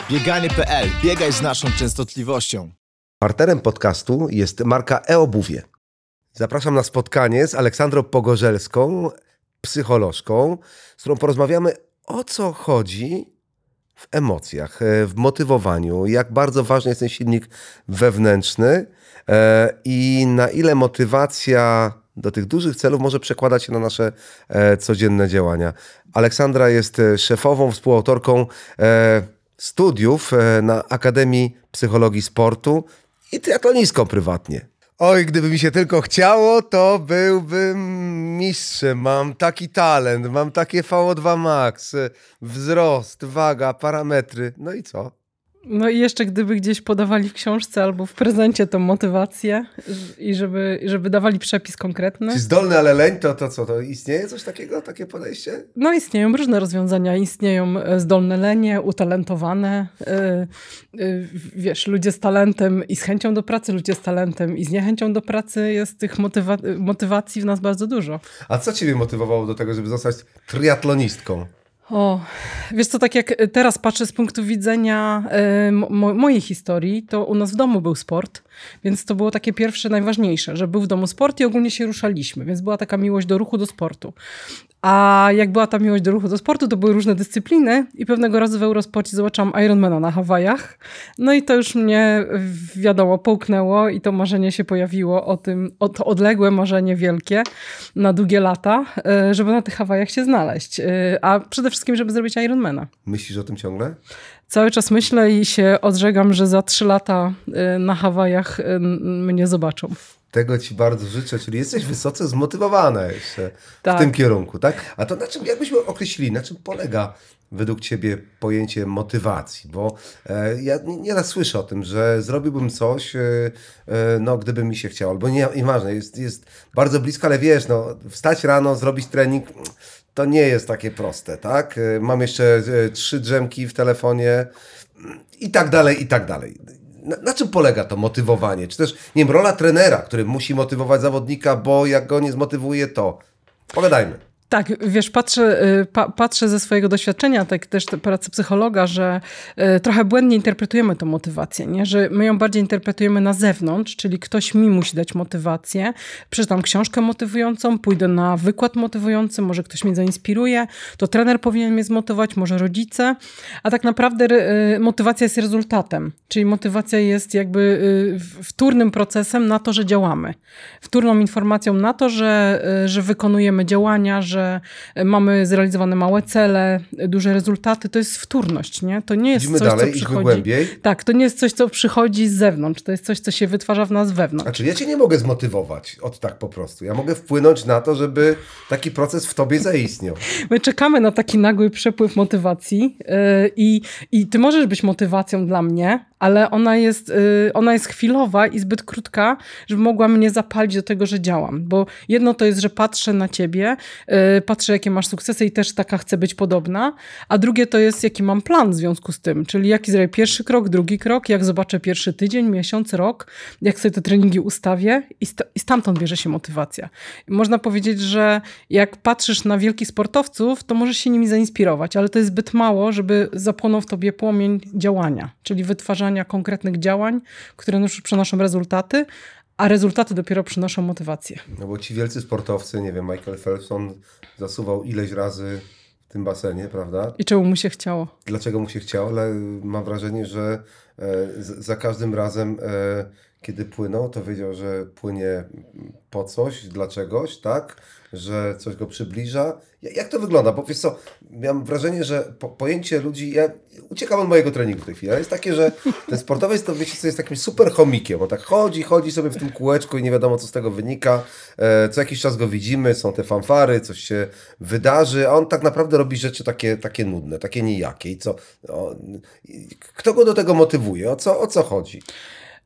Bieganie.pl. Biegaj z naszą częstotliwością. Partnerem podcastu jest marka e-obuwie. Zapraszam na spotkanie z Aleksandrą Pogorzelską, psycholożką, z którą porozmawiamy, o co chodzi w emocjach, w motywowaniu, jak bardzo ważny jest ten silnik wewnętrzny i na ile motywacja do tych dużych celów może przekładać się na nasze codzienne działania. Aleksandra jest szefową, współautorką studiów na Akademii Psychologii Sportu i triatlonistką prywatnie. Oj, gdyby mi się tylko chciało, to byłbym mistrzem. Mam taki talent, mam takie VO2 max, wzrost, waga, parametry. No i co? No i jeszcze gdyby gdzieś podawali w książce albo w prezencie tą motywację i żeby dawali przepis konkretny. Czy zdolny, ale leń, to co? To istnieje coś takiego, takie podejście? No istnieją różne rozwiązania. Istnieją zdolne lenie, utalentowane. Wiesz, ludzie z talentem i z chęcią do pracy, ludzie z talentem i z niechęcią do pracy. Jest tych motywacji w nas bardzo dużo. A co ciebie motywowało do tego, żeby zostać triatlonistką? O, wiesz co, tak jak teraz patrzę z punktu widzenia mojej historii, to u nas w domu był sport, więc to było takie pierwsze, najważniejsze, że był w domu sport i ogólnie się ruszaliśmy, więc była taka miłość do ruchu, do sportu. A jak była ta miłość do ruchu, do sportu, to były różne dyscypliny i pewnego razu w Eurosporcie zobaczyłam Ironmana na Hawajach. No i to już mnie, wiadomo, połknęło i to marzenie się pojawiło to odległe marzenie wielkie na długie lata, żeby na tych Hawajach się znaleźć. A przede wszystkim, żeby zrobić Ironmana. Myślisz o tym ciągle? Cały czas myślę i się odżegam, że za 3 lata na Hawajach mnie zobaczą. Tego ci bardzo życzę, czyli jesteś wysoce zmotywowana jeszcze tak. W tym kierunku, tak? A to jakbyśmy określili, na czym polega według ciebie pojęcie motywacji? Bo ja nieraz słyszę o tym, że zrobiłbym coś, gdyby mi się chciało, albo nieważne, jest bardzo blisko, ale wiesz, wstać rano, zrobić trening, to nie jest takie proste, tak? Mam jeszcze 3 drzemki w telefonie i tak dalej, i tak dalej. Na czym polega to motywowanie? Czy też, nie wiem, rola trenera, który musi motywować zawodnika, bo jak go nie zmotywuje, to... Pogadajmy. Tak, wiesz, patrzę ze swojego doświadczenia, tak też pracy psychologa, że trochę błędnie interpretujemy tę motywację, nie? Że my ją bardziej interpretujemy na zewnątrz, czyli ktoś mi musi dać motywację, przeczytam książkę motywującą, pójdę na wykład motywujący, może ktoś mnie zainspiruje, to trener powinien mnie zmotywować, może rodzice, a tak naprawdę motywacja jest rezultatem, czyli motywacja jest jakby wtórnym procesem na to, że działamy, wtórną informacją na to, że wykonujemy działania, że mamy zrealizowane małe cele, duże rezultaty, to jest wtórność, nie? To nie jest Idziemy coś, dalej, co przychodzi. idźmy głębiej. Tak, to nie jest coś, co przychodzi z zewnątrz, to jest coś, co się wytwarza w nas wewnątrz. Znaczy, ja cię nie mogę zmotywować tak po prostu. Ja mogę wpłynąć na to, żeby taki proces w tobie zaistniał. My czekamy na taki nagły przepływ motywacji i ty możesz być motywacją dla mnie, ale ona jest chwilowa i zbyt krótka, żeby mogła mnie zapalić do tego, że działam. Bo jedno to jest, że patrzę na ciebie, patrzę, jakie masz sukcesy i też taka chcę być podobna, a drugie to jest, jaki mam plan w związku z tym, czyli jaki zrobię pierwszy krok, drugi krok, jak zobaczę pierwszy tydzień, miesiąc, rok, jak sobie te treningi ustawię i stamtąd bierze się motywacja. I można powiedzieć, że jak patrzysz na wielkich sportowców, to możesz się nimi zainspirować, ale to jest zbyt mało, żeby zapłonął w tobie płomień działania, czyli wytwarzania konkretnych działań, które przynoszą rezultaty, a rezultaty dopiero przynoszą motywację. No bo ci wielcy sportowcy, nie wiem, Michael Phelps, on zasuwał ileś razy w tym basenie, prawda? I czemu mu się chciało? Dlaczego mu się chciało, ale mam wrażenie, że za każdym razem, kiedy płynął, to wiedział, że płynie po coś, dla czegoś, tak? Że coś go przybliża. Jak to wygląda? Bo wiesz co, miałem wrażenie, że pojęcie ludzi, ja uciekam od mojego treningu w tej chwili, ale jest takie, że ten sportowiec to wiecie co, jest takim super chomikiem. On tak chodzi sobie w tym kółeczku i nie wiadomo co z tego wynika. Co jakiś czas go widzimy, są te fanfary, coś się wydarzy, a on tak naprawdę robi rzeczy takie nudne, takie nijakie. I co? Kto go do tego motywuje? O co chodzi?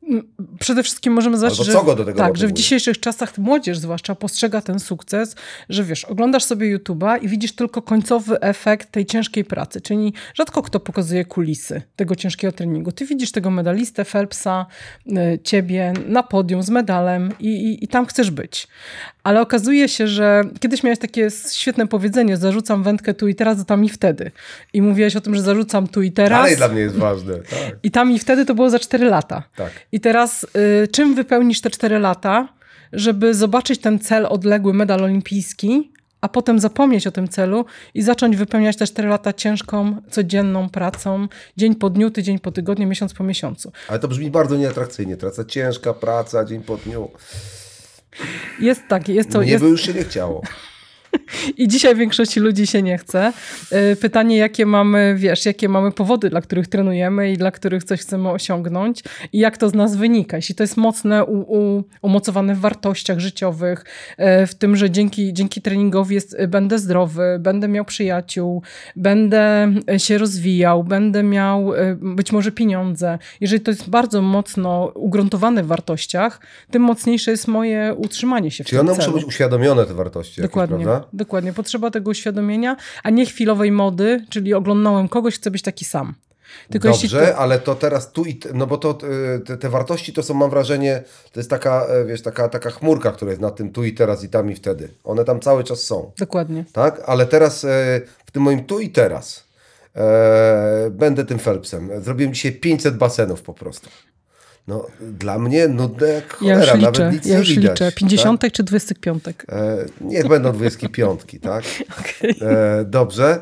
Przede wszystkim możemy zobaczyć, Albo że, co go do tego że w motywuje? dzisiejszych czasach młodzież zwłaszcza postrzega ten sukces, że wiesz, oglądasz sobie YouTube'a i widzisz tylko końcowy efekt tej ciężkiej pracy, czyli rzadko kto pokazuje kulisy tego ciężkiego treningu. Ty widzisz tego medalistę Phelpsa, ciebie na podium z medalem i tam chcesz być. Ale okazuje się, że kiedyś miałeś takie świetne powiedzenie, zarzucam wędkę tu i teraz, a tam i wtedy. I mówiłeś o tym, że zarzucam tu i teraz. Dalej dla mnie jest ważne, tak. I tam i wtedy to było za 4 lata. Tak. I teraz czym wypełnisz te 4 lata, żeby zobaczyć ten cel odległy, medal olimpijski, a potem zapomnieć o tym celu i zacząć wypełniać te 4 lata ciężką, codzienną pracą, dzień po dniu, tydzień po tygodniu, miesiąc po miesiącu. Ale to brzmi bardzo nieatrakcyjnie. Praca ciężka, praca dzień po dniu. Jest tak, jest to. Mnie by już się nie chciało. I dzisiaj większości ludzi się nie chce. Pytanie, jakie mamy, jakie mamy powody, dla których trenujemy i dla których coś chcemy osiągnąć i jak to z nas wynika. Jeśli to jest mocne, umocowane w wartościach życiowych, w tym, że dzięki treningowi będę zdrowy, będę miał przyjaciół, będę się rozwijał, będę miał być może pieniądze. Jeżeli to jest bardzo mocno ugruntowane w wartościach, tym mocniejsze jest moje utrzymanie się w Czyli tym one celu. muszą być uświadomione, te wartości. Dokładnie, jakieś, prawda? dokładnie. Potrzeba tego uświadomienia, a nie chwilowej mody, czyli oglądałem kogoś, chcę być taki sam. Tylko Dobrze, ale to teraz tu no bo to te wartości to są, mam wrażenie, to jest taka, wiesz, taka chmurka, która jest na tym tu i teraz i tam i wtedy. One tam cały czas są. Dokładnie. Tak? Ale teraz w tym moim tu i teraz będę tym Phelpsem. Zrobiłem dzisiaj 500 basenów po prostu. No, dla mnie nudne jak cholera, nawet nic nie widać. Liczę. 50 czy 25? Niech będą 25, tak? Okay. Dobrze.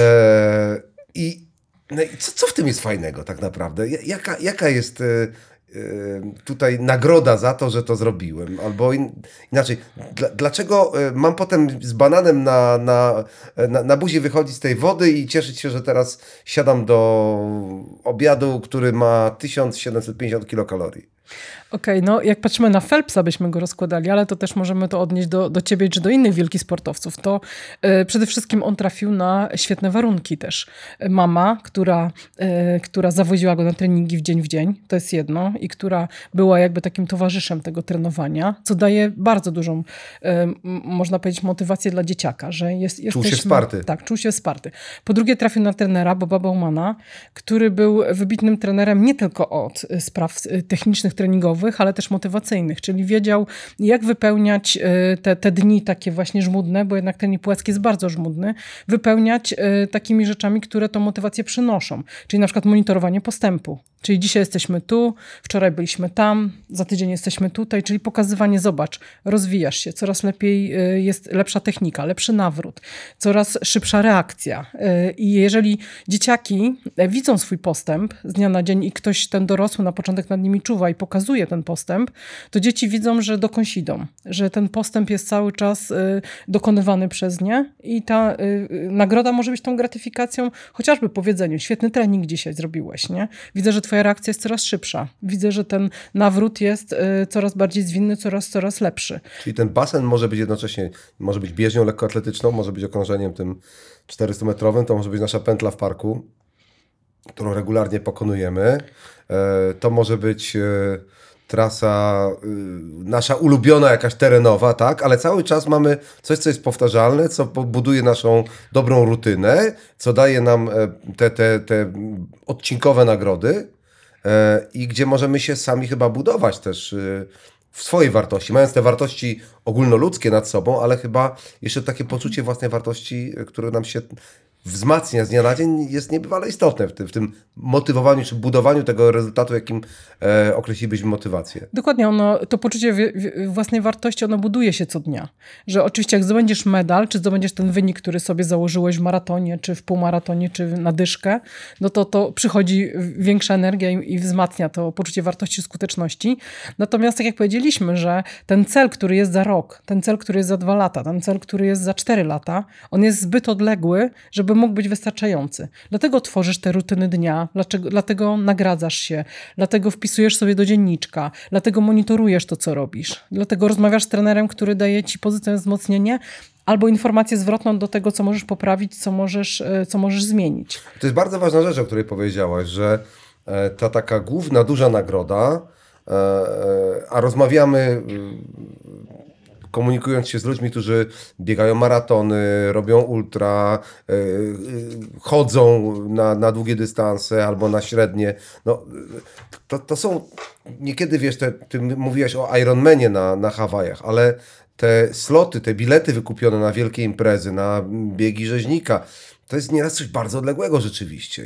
No i co w tym jest fajnego tak naprawdę? Jaka jest tutaj nagroda za to, że to zrobiłem? Albo inaczej, dlaczego mam potem z bananem na buzi wychodzić z tej wody i cieszyć się, że teraz siadam do obiadu, który ma 1750 kilokalorii? Okej, no jak patrzymy na Phelpsa, byśmy go rozkładali, ale to też możemy to odnieść do ciebie czy do innych wielkich sportowców, to przede wszystkim on trafił na świetne warunki też. Mama, która zawoziła go na treningi w dzień, to jest jedno, i która była jakby takim towarzyszem tego trenowania, co daje bardzo dużą, można powiedzieć, motywację dla dzieciaka, że Czuł się wsparty. Tak, czuł się wsparty. Po drugie trafił na trenera Boba Baumana, który był wybitnym trenerem nie tylko od spraw technicznych, treningowych, ale też motywacyjnych, czyli wiedział, jak wypełniać te dni takie właśnie żmudne, bo jednak trening płecki jest bardzo żmudny, wypełniać takimi rzeczami, które tą motywację przynoszą. Czyli na przykład monitorowanie postępu. Czyli dzisiaj jesteśmy tu, wczoraj byliśmy tam, za tydzień jesteśmy tutaj, czyli pokazywanie, zobacz, rozwijasz się, coraz lepiej jest lepsza technika, lepszy nawrót, coraz szybsza reakcja. I jeżeli dzieciaki widzą swój postęp z dnia na dzień i ktoś, ten dorosły, na początek nad nimi czuwa i pokazuje ten postęp, to dzieci widzą, że dokądś idą, że ten postęp jest cały czas dokonywany przez nie i ta nagroda może być tą gratyfikacją, chociażby powiedzeniu, świetny trening dzisiaj zrobiłeś, nie? Widzę, że twoja reakcja jest coraz szybsza. Widzę, że ten nawrót jest coraz bardziej zwinny, coraz lepszy. Czyli ten basen może być jednocześnie, może być bieżnią lekkoatletyczną, może być okrążeniem tym 400-metrowym, to może być nasza pętla w parku, którą regularnie pokonujemy. To może być trasa nasza ulubiona, jakaś terenowa, tak? Ale cały czas mamy coś, co jest powtarzalne, co buduje naszą dobrą rutynę, co daje nam te odcinkowe nagrody i gdzie możemy się sami chyba budować też w swojej wartości, mając te wartości ogólnoludzkie nad sobą, ale chyba jeszcze takie poczucie własnej wartości, które nam się wzmacnia z dnia na dzień, jest niebywale istotne w tym motywowaniu czy budowaniu tego rezultatu, jakim określilibyśmy motywację. Dokładnie, to poczucie własnej wartości, ono buduje się co dnia. Że oczywiście jak zdobędziesz medal, czy zdobędziesz ten wynik, który sobie założyłeś w maratonie, czy w półmaratonie, czy na dyszkę, no to przychodzi większa energia i wzmacnia to poczucie wartości, skuteczności. Natomiast tak jak powiedzieliśmy, że ten cel, który jest za rok, ten cel, który jest za 2 lata, ten cel, który jest za 4 lata, on jest zbyt odległy, żeby mógł być wystarczający. Dlatego tworzysz te rutyny dnia, dlatego nagradzasz się, dlatego wpisujesz sobie do dzienniczka, dlatego monitorujesz to, co robisz, dlatego rozmawiasz z trenerem, który daje ci pozytywne wzmocnienie albo informację zwrotną do tego, co możesz poprawić, co możesz zmienić. To jest bardzo ważna rzecz, o której powiedziałaś, że ta taka główna, duża nagroda a rozmawiamy, komunikując się z ludźmi, którzy biegają maratony, robią ultra, chodzą na długie dystanse albo na średnie. No, to są niekiedy, wiesz, ty mówiłaś o Ironmanie na Hawajach, ale te sloty, te bilety wykupione na wielkie imprezy, na biegi rzeźnika, to jest nieraz coś bardzo odległego rzeczywiście.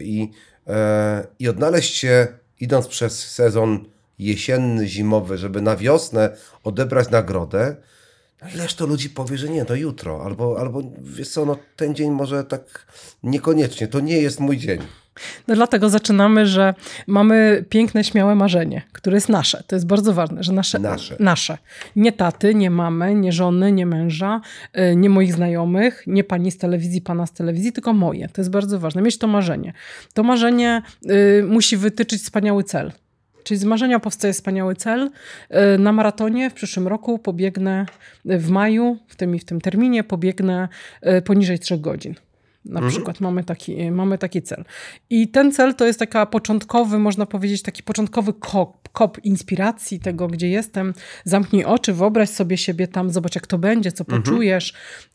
I odnaleźć się, idąc przez sezon jesienny, zimowy, żeby na wiosnę odebrać nagrodę, no ileż to ludzi powie, że nie, to jutro, albo wiesz co, no ten dzień może tak niekoniecznie, to nie jest mój dzień. No dlatego zaczynamy, że mamy piękne, śmiałe marzenie, które jest nasze. To jest bardzo ważne, że nasze. Nie taty, nie mamy, nie żony, nie męża, nie moich znajomych, nie pani z telewizji, pana z telewizji, tylko moje. To jest bardzo ważne. Mieć to marzenie. To marzenie musi wytyczyć wspaniały cel. Czyli z marzenia powstaje wspaniały cel. Na maratonie w przyszłym roku pobiegnę w maju, w tym terminie pobiegnę poniżej 3 godzin. Na przykład mamy taki cel. I ten cel to jest taka początkowy, można powiedzieć, taki początkowy kop inspiracji tego, gdzie jestem. Zamknij oczy, wyobraź sobie siebie tam, zobacz jak to będzie, co poczujesz.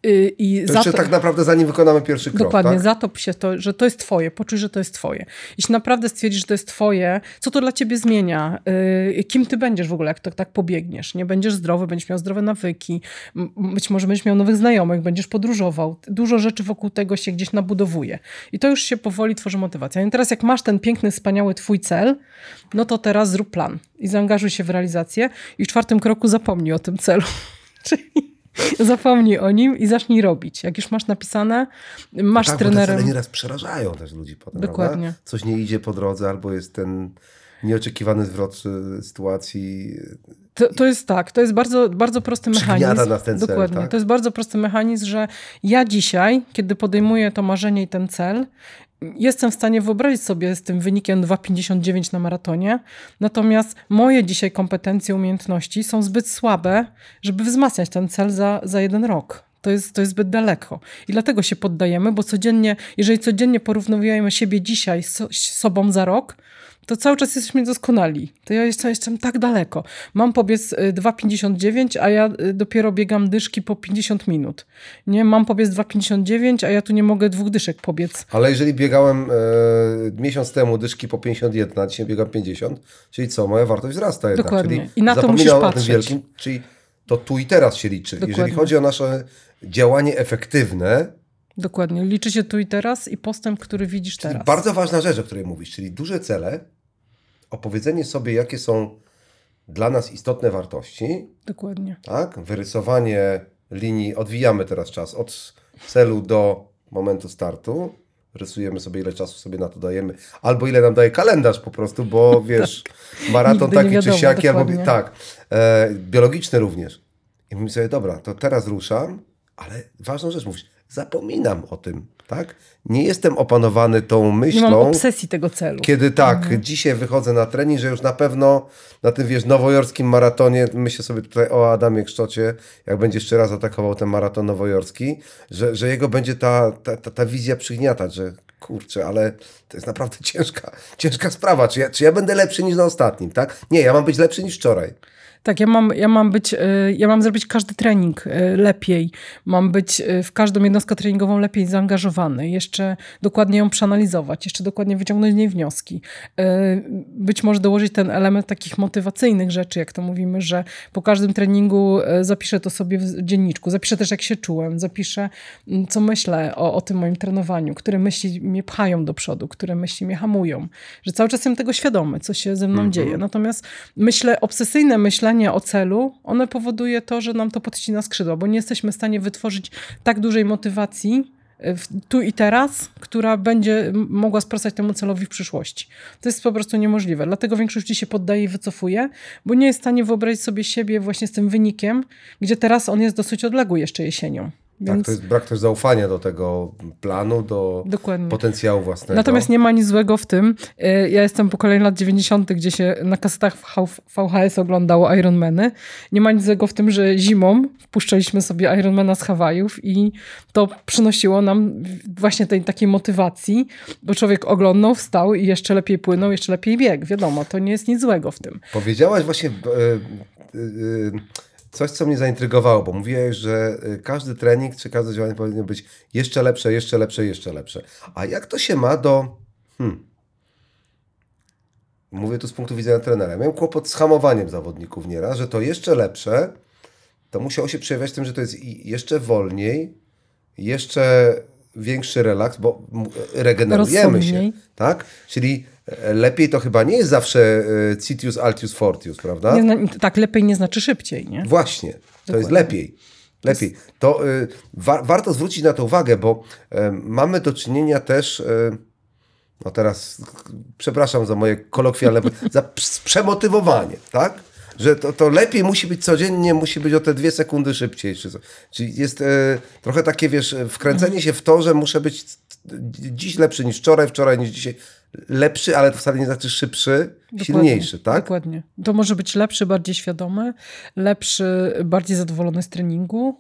I to jeszcze tak naprawdę zanim wykonamy pierwszy krok, dokładnie, tak? zatop się to, że to jest twoje, poczuj, że to jest twoje. Jeśli naprawdę stwierdzisz, że to jest twoje, co to dla ciebie zmienia? Kim ty będziesz w ogóle, jak to tak pobiegniesz? Nie będziesz zdrowy, będziesz miał zdrowe nawyki, być może będziesz miał nowych znajomych, będziesz podróżował. Dużo rzeczy wokół tego się gdzieś nabudowuje. I to już się powoli tworzy motywacja. I teraz jak masz ten piękny, wspaniały twój cel, no to teraz zrób plan i zaangażuj się w realizację i w 4. kroku zapomnij o tym celu. Czyli zapomnij o nim i zacznij robić. Jak już masz napisane, masz tak, trenerem. Bo te cele nieraz przerażają też ludzi potem, Dokładnie. Prawda? Coś nie idzie po drodze albo jest ten nieoczekiwany zwrot sytuacji. To jest tak, to jest bardzo, bardzo prosty mechanizm. Nas ten cel, dokładnie. tak? To jest bardzo prosty mechanizm, że ja dzisiaj, kiedy podejmuję to marzenie i ten cel, jestem w stanie wyobrazić sobie z tym wynikiem 2,59 na maratonie, natomiast moje dzisiaj kompetencje, umiejętności są zbyt słabe, żeby wzmacniać ten cel za 1 rok. To jest zbyt daleko. I dlatego się poddajemy, bo jeżeli codziennie porównujemy siebie dzisiaj z sobą za rok, to cały czas jesteśmy doskonali. To ja jestem tak daleko. Mam pobiec 2,59, a ja dopiero biegam dyszki po 50 minut. Nie, mam pobiec 2,59, a ja tu nie mogę 2 dyszek pobiec. Ale jeżeli biegałem miesiąc temu dyszki po 51, a dzisiaj biegam 50, czyli co? Moja wartość wzrasta jednak. Dokładnie. Czyli I na to musisz zapominam o tym patrzeć. wielkim, czyli to tu i teraz się liczy. Dokładnie. Jeżeli chodzi o nasze działanie efektywne. Dokładnie. Liczy się tu i teraz i postęp, który widzisz teraz. Bardzo ważna rzecz, o której mówisz, czyli duże cele, opowiedzenie sobie, jakie są dla nas istotne wartości. Dokładnie. Tak? Wyrysowanie linii, odwijamy teraz czas od celu do momentu startu. Rysujemy sobie, ile czasu sobie na to dajemy, albo ile nam daje kalendarz po prostu, bo wiesz, maraton Nigdy nie taki wiadomo, czy siaki, albo dokładnie. tak, biologiczny również. I mówię sobie, dobra, to teraz ruszam, ale ważną rzecz mówisz, zapominam o tym, tak? Nie jestem opanowany tą myślą. Nie mam obsesji tego celu. Kiedy dzisiaj wychodzę na trening, że już na pewno na tym, wiesz, nowojorskim maratonie, myślę sobie tutaj o Adamie Kszczocie, jak będzie jeszcze raz atakował ten maraton nowojorski, że jego będzie ta wizja przygniatać, że kurczę, ale to jest naprawdę ciężka sprawa. Czy ja będę lepszy niż na ostatnim, tak? Nie, ja mam być lepszy niż wczoraj. Tak, ja mam zrobić każdy trening lepiej. Mam być w każdą jednostkę treningową lepiej zaangażowany. Jeszcze dokładnie ją przeanalizować, jeszcze dokładnie wyciągnąć z niej wnioski. Być może dołożyć ten element takich motywacyjnych rzeczy, jak to mówimy, że po każdym treningu zapiszę to sobie w dzienniczku. Zapiszę też, jak się czułem. Zapiszę, co myślę o tym moim trenowaniu, które myśli mnie pchają do przodu, które myśli mnie hamują. Że cały czas jestem tego świadomy, co się ze mną dzieje. Natomiast obsesyjne myślenie o celu, one powoduje to, że nam to podcina skrzydła, bo nie jesteśmy w stanie wytworzyć tak dużej motywacji tu i teraz, która będzie mogła sprostać temu celowi w przyszłości. To jest po prostu niemożliwe. Dlatego większość ludzi się poddaje i wycofuje, bo nie jest w stanie wyobrazić sobie siebie właśnie z tym wynikiem, gdzie teraz on jest dosyć odległy jeszcze jesienią. Więc... Tak, to jest brak też zaufania do tego planu, do Dokładnie. potencjału własnego. Natomiast nie ma nic złego w tym. Ja jestem pokolenia lat 90., gdzie się na kasetach VHS oglądało Ironmany. Nie ma nic złego w tym, że zimą wpuszczaliśmy sobie Ironmana z Hawajów i to przynosiło nam właśnie tej takiej motywacji, bo człowiek oglądał, wstał i jeszcze lepiej płynął, jeszcze lepiej biegł. Wiadomo, to nie jest nic złego w tym. Powiedziałaś właśnie coś, co mnie zaintrygowało, bo mówiłeś, że każdy trening czy każde działanie powinno być jeszcze lepsze, jeszcze lepsze, jeszcze lepsze. A jak to się ma do... Mówię tu z punktu widzenia trenera. Miałem kłopot z hamowaniem zawodników nieraz, że to jeszcze lepsze, to musiało się przejawiać w tym, że to jest jeszcze wolniej, jeszcze większy relaks, bo regenerujemy się. Rozsądniej. Tak? Czyli lepiej to chyba nie jest zawsze Citius, Altius, Fortius, prawda? Tak, lepiej nie znaczy szybciej, nie? Właśnie, to Dokładnie. jest lepiej. Lepiej. To warto zwrócić na to uwagę, bo mamy do czynienia też, no teraz przepraszam za moje kolokwialne, za przemotywowanie, tak? Że to lepiej musi być codziennie, musi być o te 2 sekundy szybciej. Czyli jest trochę takie, wiesz, wkręcenie się w to, że muszę być dziś lepszy niż wczoraj, wczoraj niż dzisiaj. Lepszy, ale to wcale nie znaczy szybszy, silniejszy, tak? Dokładnie. To może być lepszy, bardziej świadomy, lepszy, bardziej zadowolony z treningu,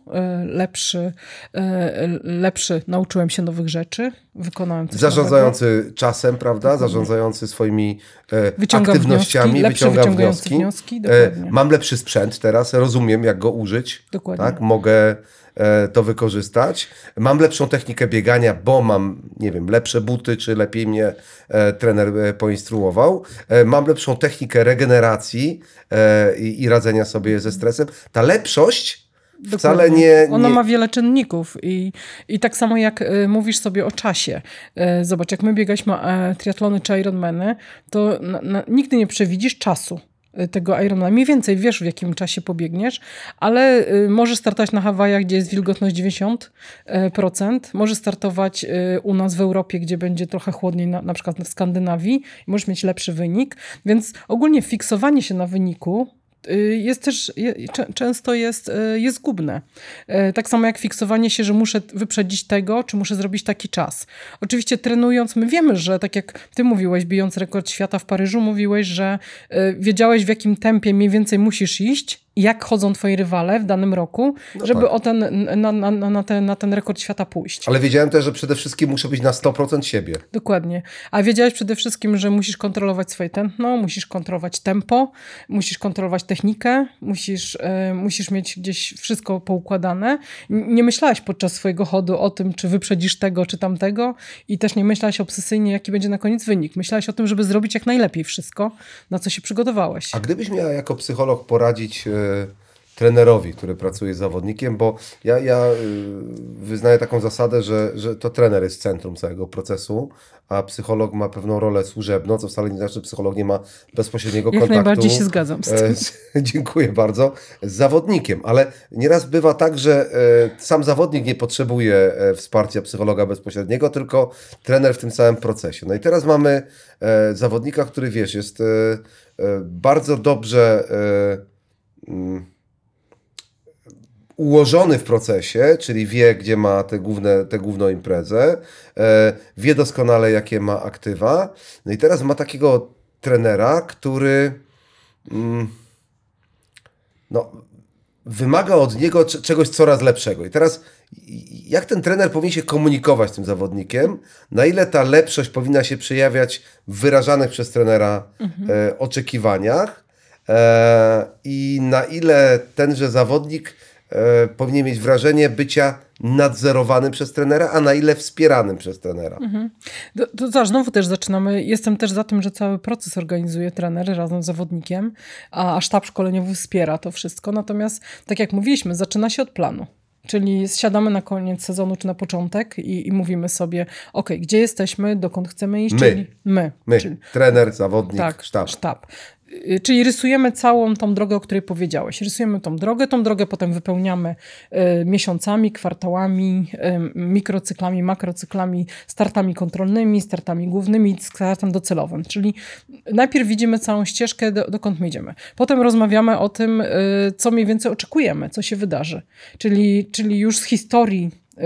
lepszy nauczyłem się nowych rzeczy, wykonałem coś Zarządzający nowego. czasem, prawda? Dokładnie. Zarządzający swoimi Wyciągam aktywnościami, wnioski, wyciągam wyciągający wnioski. dokładnie. Mam lepszy sprzęt teraz, rozumiem jak go użyć. Dokładnie. Tak? Mogę to wykorzystać. Mam lepszą technikę biegania, bo mam, nie wiem, lepsze buty, czy lepiej mnie trener poinstruował. Mam lepszą technikę regeneracji i radzenia sobie ze stresem. Ta lepszość wcale Dokładnie. nie... Ona ma wiele czynników i tak samo jak mówisz sobie o czasie. Zobacz, jak my biegaliśmy triatlony czy Ironmany, to nigdy nie przewidzisz czasu tego Ironmana. Mniej więcej wiesz, w jakim czasie pobiegniesz, ale możesz startować na Hawajach, gdzie jest wilgotność 90%. Możesz startować u nas w Europie, gdzie będzie trochę chłodniej, na przykład w Skandynawii i możesz mieć lepszy wynik. Więc ogólnie fiksowanie się na wyniku jest też, często jest zgubne. Tak samo jak fiksowanie się, że muszę wyprzedzić tego, czy muszę zrobić taki czas. Oczywiście trenując, my wiemy, że tak jak ty mówiłeś, bijąc rekord świata w Paryżu, mówiłeś, że wiedziałeś, w jakim tempie mniej więcej musisz iść, jak chodzą twoi rywale w danym roku, żeby na ten rekord świata pójść. Ale wiedziałem też, że przede wszystkim muszę być na 100% siebie. Dokładnie. A wiedziałeś przede wszystkim, że musisz kontrolować swoje tętno, musisz kontrolować tempo, musisz kontrolować technikę, musisz mieć gdzieś wszystko poukładane. Nie myślałeś podczas swojego chodu o tym, czy wyprzedzisz tego, czy tamtego i też nie myślałeś obsesyjnie, jaki będzie na koniec wynik. Myślałeś o tym, żeby zrobić jak najlepiej wszystko, na co się przygotowałeś. A gdybyś miała jako psycholog poradzić trenerowi, który pracuje z zawodnikiem, bo ja wyznaję taką zasadę, że to trener jest centrum całego procesu, a psycholog ma pewną rolę służebną, co wcale nie znaczy, że psycholog nie ma bezpośredniego kontaktu. Jak najbardziej się zgadzam z tym. Dziękuję bardzo. Z zawodnikiem, ale nieraz bywa tak, że sam zawodnik nie potrzebuje wsparcia psychologa bezpośredniego, tylko trener w tym całym procesie. No i teraz mamy zawodnika, który wiesz, jest bardzo dobrze ułożony w procesie, czyli wie, gdzie ma tę główną imprezę, wie doskonale, jakie ma aktywa. No i teraz ma takiego trenera, który wymaga od niego czegoś coraz lepszego. I teraz jak ten trener powinien się komunikować z tym zawodnikiem? Na ile ta lepszość powinna się przejawiać w wyrażanych przez trenera oczekiwaniach? I na ile tenże zawodnik powinien mieć wrażenie bycia nadzorowanym przez trenera, a na ile wspieranym przez trenera. To znowu też zaczynamy. Jestem też za tym, że cały proces organizuje trener razem z zawodnikiem, a sztab szkoleniowy wspiera to wszystko. Natomiast, tak jak mówiliśmy, zaczyna się od planu. Czyli siadamy na koniec sezonu czy na początek i mówimy sobie, gdzie jesteśmy, dokąd chcemy iść. My. Czyli my. Trener, zawodnik, sztab. Czyli rysujemy całą tą drogę, o której powiedziałeś. Rysujemy tą drogę potem wypełniamy miesiącami, kwartałami, mikrocyklami, makrocyklami, startami kontrolnymi, startami głównymi, startem docelowym. Czyli najpierw widzimy całą ścieżkę, dokąd my idziemy. Potem rozmawiamy o tym, co mniej więcej oczekujemy, co się wydarzy. Czyli już z historii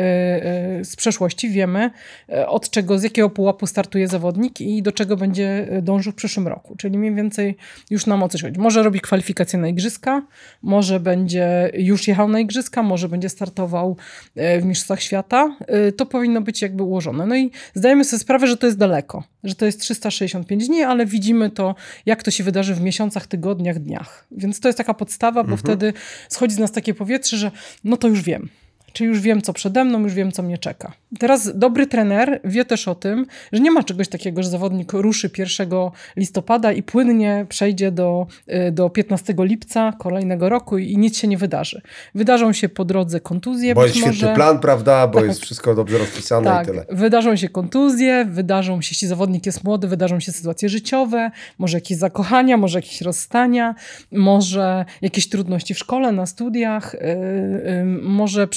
z przeszłości wiemy, od czego, z jakiego pułapu startuje zawodnik i do czego będzie dążył w przyszłym roku. Czyli mniej więcej już nam o coś chodzi. Może robi kwalifikacje na igrzyska, może będzie już jechał na igrzyska, może będzie startował w Mistrzostwach Świata. To powinno być jakby ułożone. No i zdajemy sobie sprawę, że to jest daleko, że to jest 365 dni, ale widzimy to, jak to się wydarzy w miesiącach, tygodniach, dniach. Więc to jest taka podstawa, bo wtedy schodzi z nas takie powietrze, że no to już wiem. Czyli już wiem, co przede mną, już wiem, co mnie czeka. Teraz dobry trener wie też o tym, że nie ma czegoś takiego, że zawodnik ruszy 1 listopada i płynnie przejdzie do 15 lipca kolejnego roku i nic się nie wydarzy. Wydarzą się po drodze kontuzje. Bo jest może świetny plan, prawda? Bo tak. jest wszystko dobrze rozpisane Tak, i tyle. wydarzą się kontuzje, wydarzą się, jeśli zawodnik jest młody, wydarzą się sytuacje życiowe, może jakieś zakochania, może jakieś rozstania, może jakieś trudności w szkole, na studiach, może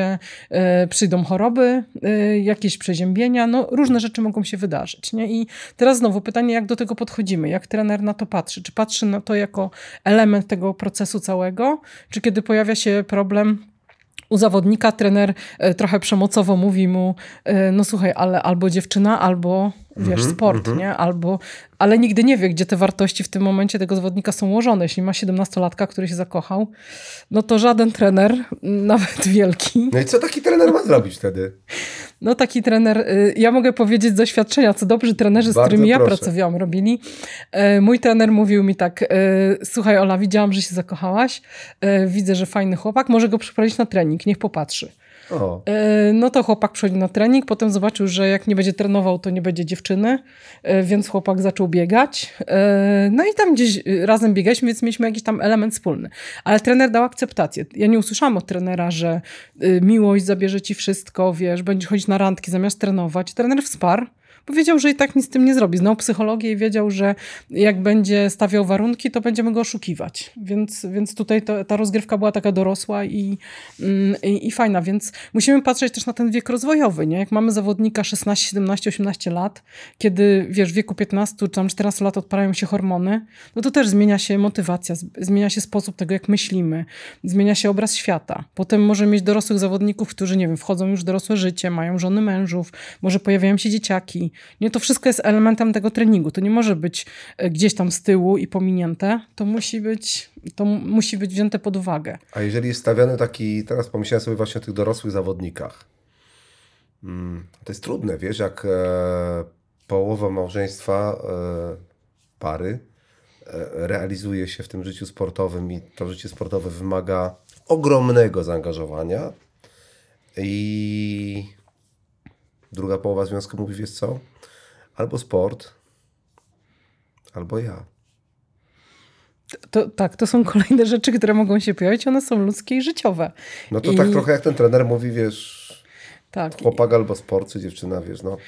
przyjdą choroby, jakieś przeziębienia, no różne rzeczy mogą się wydarzyć. Nie? I teraz znowu pytanie, jak do tego podchodzimy, jak trener na to patrzy? Czy patrzy na to jako element tego procesu całego, czy kiedy pojawia się problem u zawodnika, trener trochę przemocowo mówi mu, no słuchaj, ale albo dziewczyna, albo wiesz, sport, nie? Ale nigdy nie wie, gdzie te wartości w tym momencie tego zawodnika są ułożone. Jeśli ma 17-latka, który się zakochał, no to żaden trener, nawet wielki. No i co taki trener ma zrobić wtedy? No taki trener, ja mogę powiedzieć z doświadczenia, co dobrzy trenerzy, z Bardzo którymi ja proszę. pracowałam, robili. Mój trener mówił mi tak, słuchaj Ola, widziałam, że się zakochałaś, widzę, że fajny chłopak, może go przyprowadzić na trening, niech popatrzy. O. No to chłopak przychodził na trening, potem zobaczył, że jak nie będzie trenował, to nie będzie dziewczyny, więc chłopak zaczął biegać. No i tam gdzieś razem biegaliśmy, więc mieliśmy jakiś tam element wspólny. Ale trener dał akceptację. Ja nie usłyszałam od trenera, że miłość zabierze ci wszystko, wiesz, będziesz chodzić na randki zamiast trenować. Trener wsparł. Bo wiedział, że i tak nic z tym nie zrobi. Znał psychologię i wiedział, że jak będzie stawiał warunki, to będziemy go oszukiwać. Więc tutaj ta rozgrywka była taka dorosła i fajna. Więc musimy patrzeć też na ten wiek rozwojowy. Nie? Jak mamy zawodnika 16, 17, 18 lat, kiedy wiesz, w wieku 15 czy tam 14 lat odpalają się hormony, no to też zmienia się motywacja, zmienia się sposób tego, jak myślimy, zmienia się obraz świata. Potem możemy mieć dorosłych zawodników, którzy, nie wiem, wchodzą już w dorosłe życie, mają żony, mężów, może pojawiają się dzieciaki. Nie, to wszystko jest elementem tego treningu. To nie może być gdzieś tam z tyłu i pominięte. To musi być wzięte pod uwagę. A jeżeli jest stawiany taki, teraz pomyślałem sobie właśnie o tych dorosłych zawodnikach. To jest trudne, wiesz, jak połowa małżeństwa pary realizuje się w tym życiu sportowym i to życie sportowe wymaga ogromnego zaangażowania i druga połowa związku mówi, wiesz co, albo sport, albo ja. To są kolejne rzeczy, które mogą się pojawić. One są ludzkie i życiowe. No to tak trochę jak ten trener mówi, wiesz, tak. chłopak albo sport, czy dziewczyna, wiesz, no.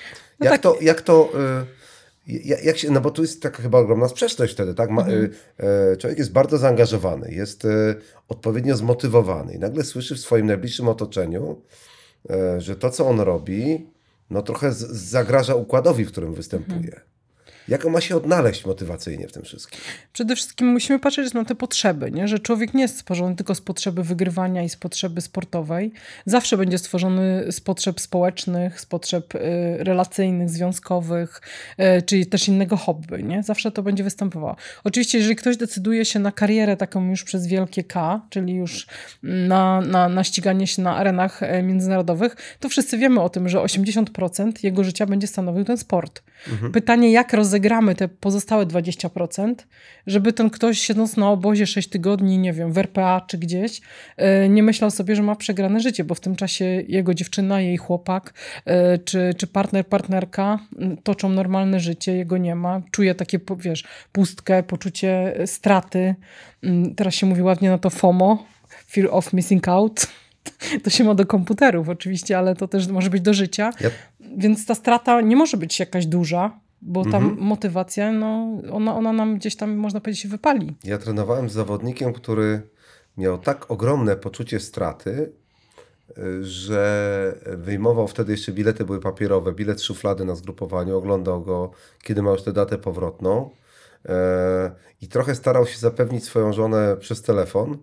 Jak się, no bo tu jest taka chyba ogromna sprzeczność wtedy, tak? Człowiek jest bardzo zaangażowany, jest odpowiednio zmotywowany i nagle słyszy w swoim najbliższym otoczeniu, że to, co on robi, no trochę zagraża układowi, w którym występuje. Jak on ma się odnaleźć motywacyjnie w tym wszystkim? Przede wszystkim musimy patrzeć na te potrzeby, nie? Że człowiek nie jest stworzony tylko z potrzeby wygrywania i z potrzeby sportowej. Zawsze będzie stworzony z potrzeb społecznych, z potrzeb relacyjnych, związkowych, czyli też innego hobby, nie? Zawsze to będzie występowało. Oczywiście, jeżeli ktoś decyduje się na karierę taką już przez wielkie K, czyli już na ściganie się na arenach międzynarodowych, to wszyscy wiemy o tym, że 80% jego życia będzie stanowił ten sport. Pytanie, jak rozegramy te pozostałe 20%, żeby ten ktoś siedząc na obozie 6 tygodni, nie wiem, w RPA czy gdzieś, nie myślał sobie, że ma przegrane życie, bo w tym czasie jego dziewczyna, jej chłopak czy partner, partnerka toczą normalne życie, jego nie ma. Czuje takie, wiesz, pustkę, poczucie straty. Teraz się mówi ładnie na to FOMO, Fear of Missing Out. To się ma do komputerów oczywiście, ale to też może być do życia. Więc ta strata nie może być jakaś duża, bo tam motywacja, no, ona nam gdzieś tam, można powiedzieć, się wypali. Ja trenowałem z zawodnikiem, który miał tak ogromne poczucie straty, że wyjmował wtedy jeszcze bilety, były papierowe, bilet z szuflady na zgrupowaniu, oglądał go, kiedy ma już tę datę powrotną i trochę starał się zapewnić swoją żonę przez telefon,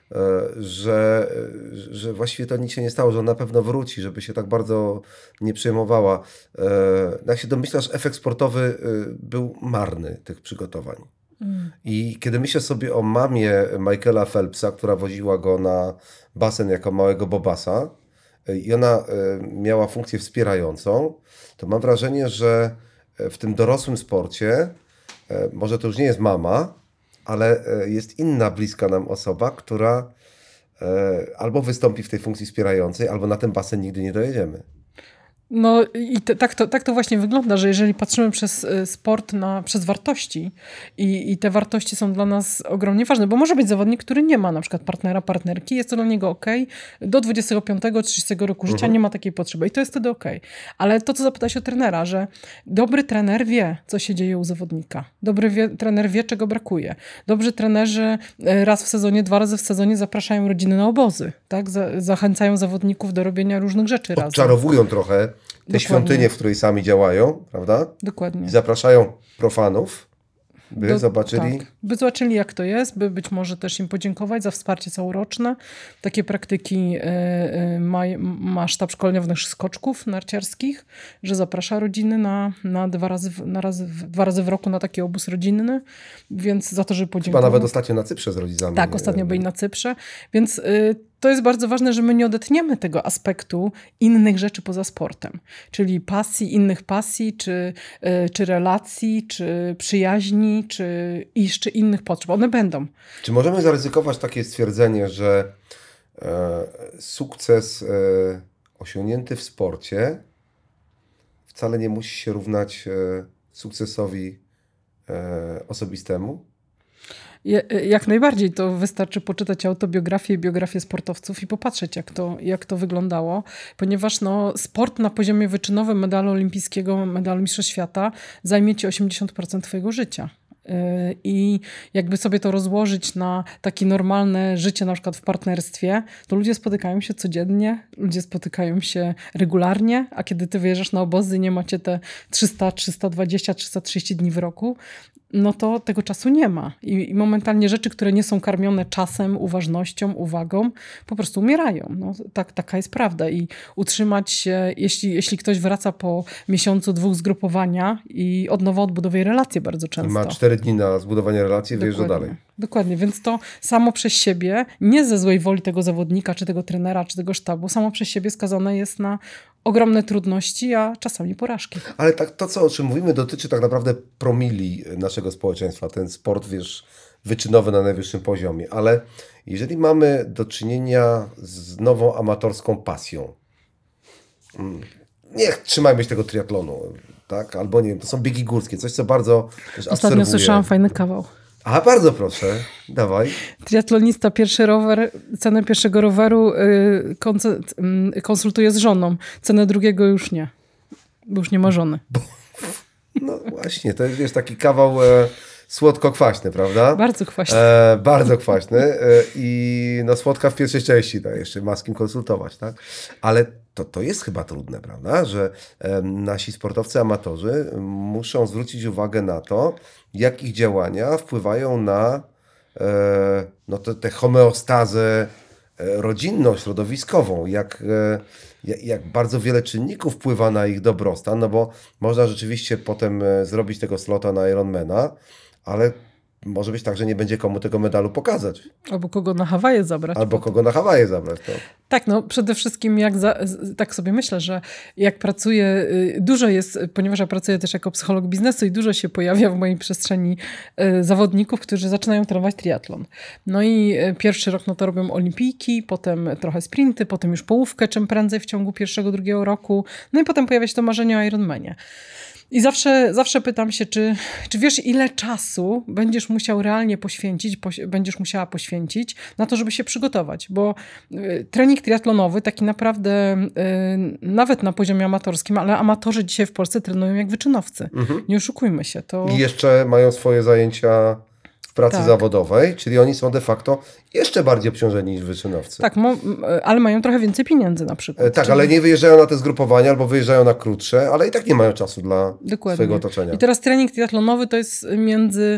że właściwie to nic się nie stało, że on na pewno wróci, żeby się tak bardzo nie przejmowała. Jak się domyślasz, efekt sportowy był marny tych przygotowań. I kiedy myślę sobie o mamie Michaela Phelpsa, która woziła go na basen jako małego bobasa i ona miała funkcję wspierającą, to mam wrażenie, że w tym dorosłym sporcie, może to już nie jest mama, ale jest inna bliska nam osoba, która albo wystąpi w tej funkcji wspierającej, albo na ten basen nigdy nie dojedziemy. No i tak to właśnie wygląda, że jeżeli patrzymy przez sport przez wartości i te wartości są dla nas ogromnie ważne, bo może być zawodnik, który nie ma na przykład partnera, partnerki, jest to dla niego okej, do 25-30 roku życia nie ma takiej potrzeby i to jest wtedy okej. Ale to, co zapytałeś o trenera, że dobry trener wie, co się dzieje u zawodnika. Trener wie, czego brakuje. Dobrzy trenerzy raz w sezonie, 2 razy w sezonie zapraszają rodziny na obozy, tak? Zachęcają zawodników do robienia różnych rzeczy razem. Odczarowują trochę te świątynie, w której sami działają, prawda? Dokładnie. I zapraszają profanów, by zobaczyli. Tak, by zobaczyli, jak to jest, by być może też im podziękować za wsparcie całoroczne. Takie praktyki ma sztab szkoleniowych skoczków narciarskich, że zaprasza rodziny na 2 razy w roku na taki obóz rodzinny, więc za to, żeby podziękować. Chyba nawet ostatnio na Cyprze z rodzicami. Tak, ostatnio byli na Cyprze, więc to jest bardzo ważne, że my nie odetniemy tego aspektu innych rzeczy poza sportem, czyli pasji, innych pasji, czy relacji, czy przyjaźni, czy jeszcze innych potrzeb. One będą. Czy możemy zaryzykować takie stwierdzenie, że sukces osiągnięty w sporcie wcale nie musi się równać sukcesowi osobistemu? Jak najbardziej, to wystarczy poczytać autobiografię i biografię sportowców i popatrzeć, jak to wyglądało, ponieważ sport na poziomie wyczynowym medalu olimpijskiego, medalu Mistrzostw Świata zajmie ci 80% twojego życia. I jakby sobie to rozłożyć na takie normalne życie, na przykład w partnerstwie, to ludzie spotykają się codziennie, ludzie spotykają się regularnie, a kiedy ty wyjeżdżasz na obozy, nie macie te 300, 320, 330 dni w roku, no to tego czasu nie ma. I momentalnie rzeczy, które nie są karmione czasem, uważnością, uwagą, po prostu umierają. No, taka jest prawda. I utrzymać się, jeśli ktoś wraca po miesiącu, 2 zgrupowania i od nowa odbudowuje relacje bardzo często. I ma 4 dni na zbudowanie relacji i wyjeżdża dalej. Dokładnie, więc to samo przez siebie, nie ze złej woli tego zawodnika, czy tego trenera, czy tego sztabu, samo przez siebie skazane jest na ogromne trudności, a czasami porażki. Ale tak, to, o czym mówimy, dotyczy tak naprawdę promili naszego społeczeństwa. Ten sport, wyczynowy na najwyższym poziomie. Ale jeżeli mamy do czynienia z nową amatorską pasją, nie trzymajmy się tego triatlonu, tak? Albo nie wiem, to są biegi górskie, coś, co bardzo też Ostatnio absorbuję. słyszałam fajny kawał. A, bardzo proszę, dawaj. Triatlonista, cenę pierwszego roweru konsultuje z żoną. Cenę drugiego już nie, bo już nie ma żony. No właśnie, to jest taki kawał słodko-kwaśny, prawda? Bardzo kwaśny. Bardzo kwaśny i słodka w pierwszej części, tak, jeszcze ma z kim konsultować, tak? Ale to jest chyba trudne, prawda? Że nasi sportowcy amatorzy muszą zwrócić uwagę na to, jak ich działania wpływają na tę homeostazę rodzinną, środowiskową, jak bardzo wiele czynników wpływa na ich dobrostan, no bo można rzeczywiście potem zrobić tego slota na Ironmana, ale może być tak, że nie będzie komu tego medalu pokazać. Albo kogo na Hawaje zabrać. Kogo na Hawaje zabrać. To. Tak, przede wszystkim tak sobie myślę, że jak pracuję, dużo jest, ponieważ ja pracuję też jako psycholog biznesu i dużo się pojawia w mojej przestrzeni zawodników, którzy zaczynają trenować triatlon. No i pierwszy rok to robią olimpijki, potem trochę sprinty, potem już połówkę, czym prędzej w ciągu 1-2 roku. No i potem pojawia się to marzenie o Ironmanie. I zawsze pytam się, czy wiesz, ile czasu będziesz musiał realnie będziesz musiała poświęcić na to, żeby się przygotować, bo trening triatlonowy taki naprawdę nawet na poziomie amatorskim, ale amatorzy dzisiaj w Polsce trenują jak wyczynowcy. Nie oszukujmy się. To... I jeszcze mają swoje zajęcia w pracy Tak. zawodowej, czyli oni są de facto jeszcze bardziej obciążeni niż wyczynowcy. Tak, ale mają trochę więcej pieniędzy na przykład. Tak, ale nie wyjeżdżają na te zgrupowania albo wyjeżdżają na krótsze, ale i tak nie mają czasu dla Dokładnie. swojego otoczenia. I teraz trening triatlonowy to jest między,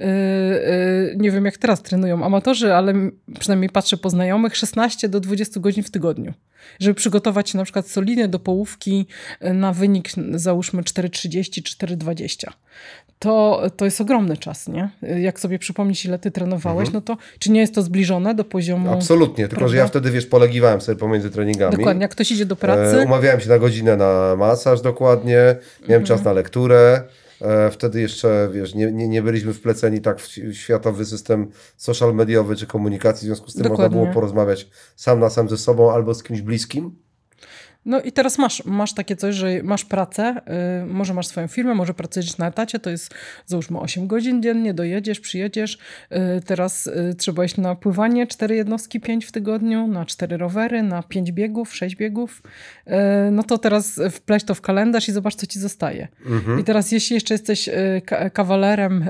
nie wiem jak teraz trenują amatorzy, ale przynajmniej patrzę po znajomych, 16 do 20 godzin w tygodniu. Żeby przygotować się na przykład solidnie do połówki na wynik załóżmy 4,30 czy 4,20. To jest ogromny czas, nie? Jak sobie przypomnisz, ile ty trenowałeś, no to czy nie jest to zbliżone do poziomu... Absolutnie, tylko że ja wtedy, polegiwałem sobie pomiędzy treningami. Dokładnie, jak ktoś idzie do pracy... Umawiałem się na godzinę na masaż dokładnie, miałem czas na lekturę. Wtedy jeszcze, nie byliśmy wpleceni tak w światowy system social mediowy czy komunikacji, w związku z tym Dokładnie. można było porozmawiać sam na sam ze sobą albo z kimś bliskim. No i teraz masz takie coś, że masz pracę, może masz swoją firmę, może pracujesz na etacie, to jest załóżmy 8 godzin dziennie, dojedziesz, przyjedziesz, teraz trzeba iść na pływanie, 4 jednostki, 5 w tygodniu, na 4 rowery, na 5 biegów, 6 biegów, no to teraz wpleść to w kalendarz i zobacz, co ci zostaje. I teraz jeśli jeszcze jesteś kawalerem,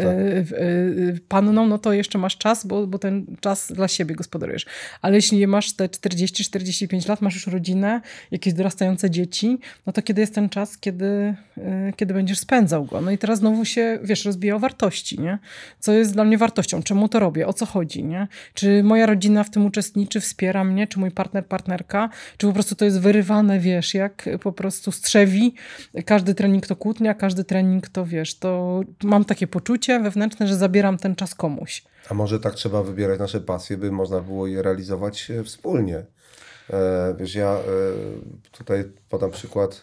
panną, no to jeszcze masz czas, bo ten czas dla siebie gospodarujesz. Ale jeśli masz te 40-45 lat, masz już rodzinę, jakieś dorastające dzieci, no to kiedy jest ten czas, kiedy będziesz spędzał go? No i teraz znowu się, rozbija o wartości, nie? Co jest dla mnie wartością? Czemu to robię? O co chodzi, nie? Czy moja rodzina w tym uczestniczy, wspiera mnie? Czy mój partner, partnerka? Czy po prostu to jest wyrywane, jak po prostu strzewi? Każdy trening to kłótnia, każdy trening to, to mam takie poczucie wewnętrzne, że zabieram ten czas komuś. A może tak trzeba wybierać nasze pasje, by można było je realizować wspólnie? Ja tutaj podam przykład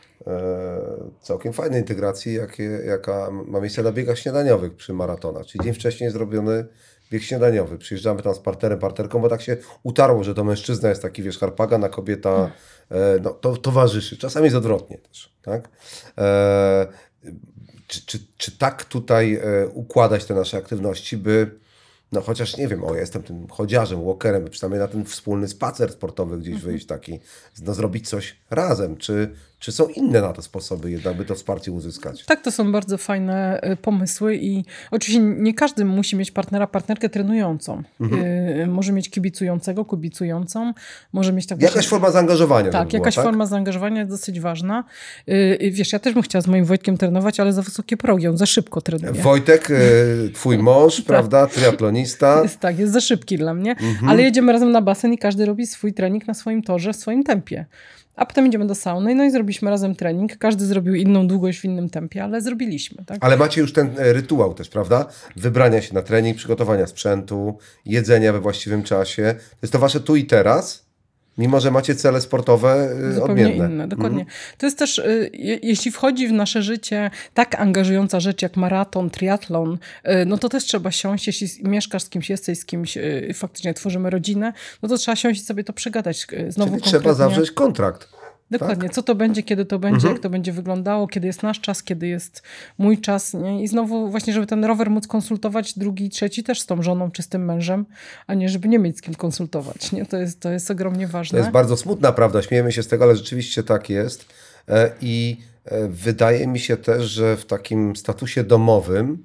całkiem fajnej integracji, jaka ma miejsce na biegach śniadaniowych przy maratonach. Czyli dzień wcześniej zrobiony bieg śniadaniowy. Przyjeżdżamy tam z partnerem, partnerką, bo tak się utarło, że to mężczyzna jest taki, harpagan, a kobieta to towarzyszy. Czasami jest odwrotnie też. Tak? Czy tak tutaj układać te nasze aktywności, by chociaż nie wiem, ja jestem tym chodziarzem, walkerem, przynajmniej na ten wspólny spacer sportowy gdzieś wyjść taki, zrobić coś razem. Czy są inne na to sposoby jednak, by to wsparcie uzyskać? Tak, to są bardzo fajne pomysły i oczywiście nie każdy musi mieć partnera, partnerkę trenującą. Może mieć kibicującą, może mieć tak... Jakaś forma zaangażowania. Tak, jakaś forma zaangażowania jest dosyć ważna. Ja też bym chciała z moim Wojtkiem trenować, ale za wysokie progi, on za szybko trenuje. Wojtek, twój mąż, prawda, triatlonista. Jest za szybki dla mnie, ale jedziemy razem na basen i każdy robi swój trening na swoim torze, w swoim tempie. A potem idziemy do sauny, i zrobiliśmy razem trening. Każdy zrobił inną długość w innym tempie, ale zrobiliśmy. Tak? Ale macie już ten rytuał też, prawda? Wybrania się na trening, przygotowania sprzętu, jedzenia we właściwym czasie. To jest to wasze tu i teraz, mimo że macie cele sportowe zupełnie odmienne. Inne, dokładnie. To jest też, jeśli wchodzi w nasze życie tak angażująca rzecz jak maraton, triatlon, no to też trzeba siąść, jeśli mieszkasz z kimś, jesteś z kimś, faktycznie tworzymy rodzinę, no to trzeba siąść i sobie to przegadać. Znowu Czyli trzeba zawrzeć kontrakt. Dokładnie. Tak? Co to będzie, kiedy to będzie, jak to będzie wyglądało, kiedy jest nasz czas, kiedy jest mój czas. Nie? I znowu właśnie, żeby ten rower móc konsultować drugi, trzeci też z tą żoną czy z tym mężem, a nie żeby nie mieć z kim konsultować. Nie? To jest ogromnie ważne. To jest bardzo smutna prawda, śmiejemy się z tego, ale rzeczywiście tak jest. I wydaje mi się też, że w takim statusie domowym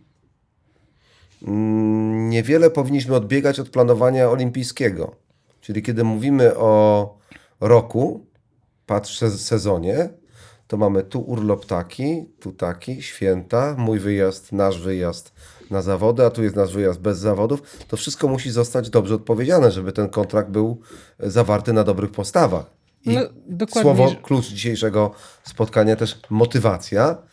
niewiele powinniśmy odbiegać od planowania olimpijskiego. Czyli kiedy mówimy o roku, patrzę w sezonie, to mamy tu urlop taki, święta, mój wyjazd, nasz wyjazd na zawody, a tu jest nasz wyjazd bez zawodów. To wszystko musi zostać dobrze odpowiedziane, żeby ten kontrakt był zawarty na dobrych postawach. I słowo klucz dzisiejszego spotkania też motywacja,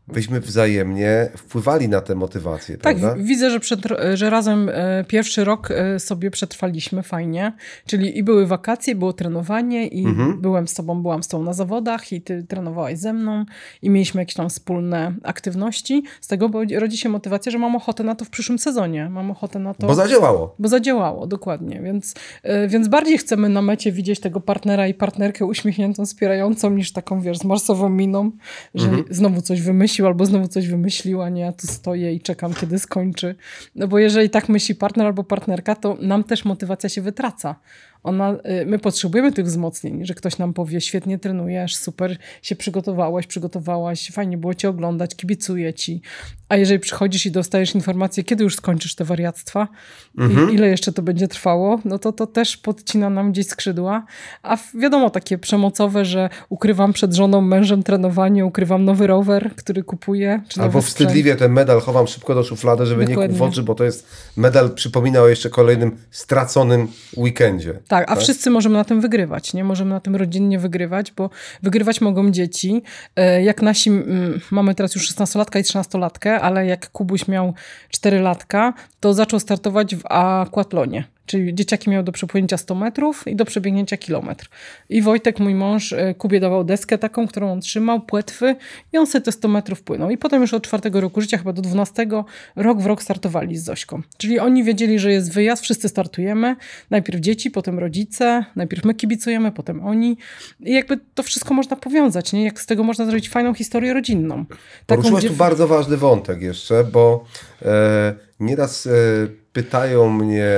byśmy wzajemnie wpływali na tę motywację, Tak, prawda? widzę, że razem pierwszy rok sobie przetrwaliśmy fajnie, czyli i były wakacje, było trenowanie i byłam z tobą na zawodach i ty trenowałaś ze mną i mieliśmy jakieś tam wspólne aktywności. Z tego rodzi się motywacja, że mam ochotę na to w przyszłym sezonie. Mam ochotę na to... Bo zadziałało. Bo zadziałało, dokładnie. Więc bardziej chcemy na mecie widzieć tego partnera i partnerkę uśmiechniętą, wspierającą, niż taką, wiesz, z marsową miną, że znowu coś wymyślił albo znowu coś wymyśliła, nie? Ja tu stoję i czekam, kiedy skończy. No bo jeżeli tak myśli partner albo partnerka, to nam też motywacja się wytraca. My potrzebujemy tych wzmocnień, że ktoś nam powie, świetnie trenujesz, super się przygotowałaś, fajnie było cię oglądać, kibicuję ci. A jeżeli przychodzisz i dostajesz informację, kiedy już skończysz te wariactwa i ile jeszcze to będzie trwało, no to też podcina nam gdzieś skrzydła. A wiadomo, takie przemocowe, że ukrywam przed żoną, mężem trenowanie, ukrywam nowy rower, który kupuję. Czy Albo nowy sprzęt. wstydliwie ten medal chowam szybko do szuflady, żeby nie Dokładnie. kłuł w oczy, bo to jest medal, przypomina o jeszcze kolejnym straconym weekendzie. Tak, a wszyscy możemy na tym wygrywać, nie? Możemy na tym rodzinnie wygrywać, bo wygrywać mogą dzieci. Jak nasi, mamy teraz już 16-latka i 13-latkę, ale jak Kubuś miał 4 latka, to zaczął startować w aquatlonie. Czyli dzieciaki miały do przepłynięcia 100 metrów i do przebiegnięcia kilometr. I Wojtek, mój mąż, Kubie dawał deskę taką, którą on trzymał, płetwy i on sobie te 100 metrów płynął. I potem już od 4 roku życia, chyba do 12, rok w rok startowali z Zośką. Czyli oni wiedzieli, że jest wyjazd, wszyscy startujemy. Najpierw dzieci, potem rodzice, najpierw my kibicujemy, potem oni. I jakby to wszystko można powiązać, nie? Jak z tego można zrobić fajną historię rodzinną. Poruszyłaś tu bardzo ważny wątek jeszcze, bo nieraz pytają mnie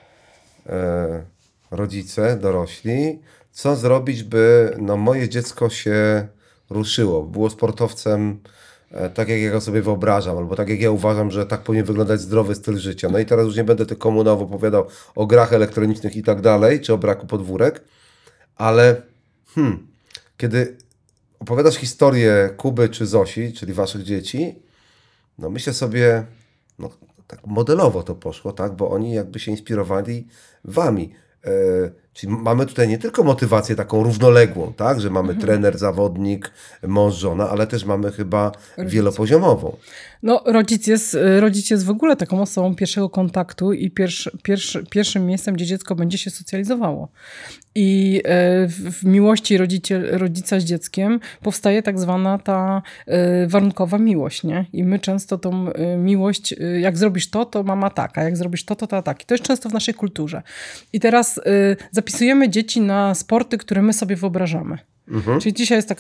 rodzice, dorośli, co zrobić, by moje dziecko się ruszyło, było sportowcem tak, jak ja go sobie wyobrażam, albo tak, jak ja uważam, że tak powinien wyglądać zdrowy styl życia. No i teraz już nie będę tylko komunowo opowiadał o grach elektronicznych i tak dalej, czy o braku podwórek, ale kiedy opowiadasz historię Kuby czy Zosi, czyli waszych dzieci, no myślę sobie, tak modelowo to poszło, tak, bo oni jakby się inspirowali wami. Czyli mamy tutaj nie tylko motywację taką równoległą, tak, że mamy trener, zawodnik, mąż, żona, ale też mamy chyba wielopoziomową. No, rodzic jest w ogóle taką osobą pierwszego kontaktu i pierwszym miejscem, gdzie dziecko będzie się socjalizowało. I w miłości rodzica z dzieckiem powstaje tak zwana ta warunkowa miłość, nie? I my często tą miłość, jak zrobisz to ma tak, a jak zrobisz to tak. I to jest często w naszej kulturze. I teraz zapisujemy dzieci na sporty, które my sobie wyobrażamy. Czyli dzisiaj jest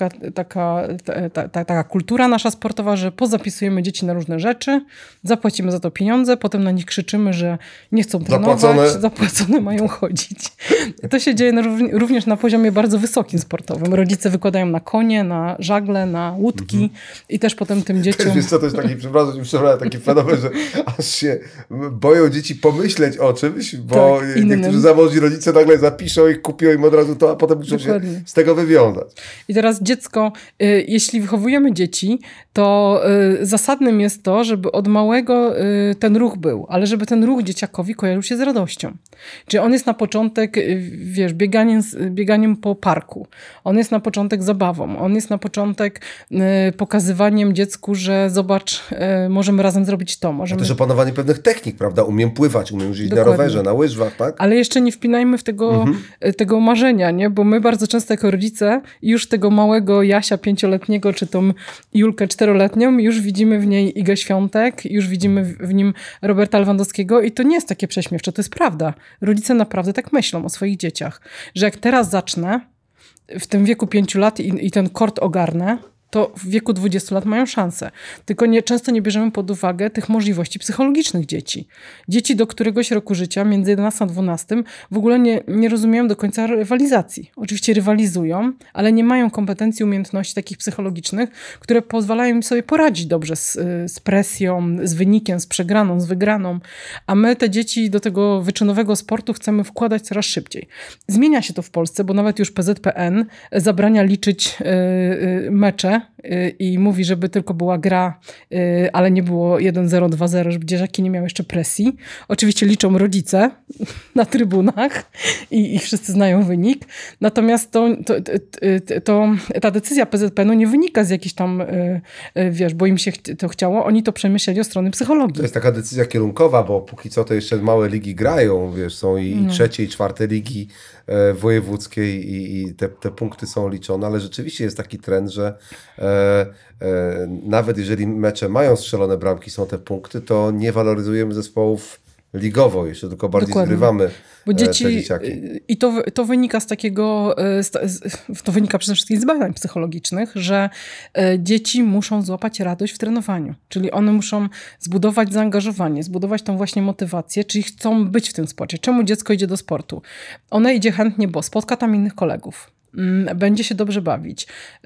taka kultura nasza sportowa, że pozapisujemy dzieci na różne rzeczy, zapłacimy za to pieniądze, potem na nich krzyczymy, że nie chcą trenować, zapłacone mają chodzić. To się dzieje również na poziomie bardzo wysokim sportowym. Rodzice wykładają na konie, na żagle, na łódki i też potem tym dzieciom... Wiesz co, to jest taki, przepraszam, taki fenomen, że aż się boją dzieci pomyśleć o czymś, bo tak, niektórzy zamożni rodzice nagle zapiszą i kupią im od razu to, a potem muszą Dokładnie. się z tego wywiązać. I teraz dziecko, jeśli wychowujemy dzieci, to zasadnym jest to, żeby od małego ten ruch był, ale żeby ten ruch dzieciakowi kojarzył się z radością. Czyli on jest na początek, wiesz, bieganiem po parku. On jest na początek zabawą. On jest na początek pokazywaniem dziecku, że zobacz, możemy razem zrobić to. A też opanowanie pewnych technik, prawda? Umiem pływać, umiem jeździć Dokładnie. na rowerze, na łyżwach, tak? Ale jeszcze nie wpinajmy w tego marzenia, nie? Bo my bardzo często jako rodzice już tego małego Jasia 5-letniego, czy tą Julkę 4-letnią, już widzimy w niej Igę Świątek, już widzimy w nim Roberta Lewandowskiego i to nie jest takie prześmiewcze, to jest prawda. Rodzice naprawdę tak myślą o swoich dzieciach, że jak teraz zacznę w tym wieku 5 lat i ten kort ogarnę, to w wieku 20 lat mają szansę. Tylko często nie bierzemy pod uwagę tych możliwości psychologicznych dzieci. Dzieci do któregoś roku życia, między 11 a 12, w ogóle nie rozumieją do końca rywalizacji. Oczywiście rywalizują, ale nie mają kompetencji, umiejętności takich psychologicznych, które pozwalają im sobie poradzić dobrze z presją, z wynikiem, z przegraną, z wygraną. A my te dzieci do tego wyczynowego sportu chcemy wkładać coraz szybciej. Zmienia się to w Polsce, bo nawet już PZPN zabrania liczyć mecze motywuje i mówi, żeby tylko była gra, ale nie było 1-0, 2-0, żeby dzieciaki nie miały jeszcze presji. Oczywiście liczą rodzice na trybunach i wszyscy znają wynik. Natomiast ta decyzja PZPN-u nie wynika z jakiejś tam, bo im się to chciało. Oni to przemyśleli od strony psychologii. To jest taka decyzja kierunkowa, bo póki co to jeszcze małe ligi grają, są i trzecie, i czwarte ligi wojewódzkie i te punkty są liczone, ale rzeczywiście jest taki trend, że nawet jeżeli mecze mają strzelone bramki, są te punkty, to nie waloryzujemy zespołów ligowo, jeszcze tylko bardziej zgrywamy bo te dzieci, dzieciaki. I to wynika z takiego, to wynika przede wszystkim z badań psychologicznych, że dzieci muszą złapać radość w trenowaniu. Czyli one muszą zbudować zaangażowanie, zbudować tą właśnie motywację, czyli chcą być w tym sporcie. Czemu dziecko idzie do sportu? One idzie chętnie, bo spotka tam innych kolegów. Będzie się dobrze bawić,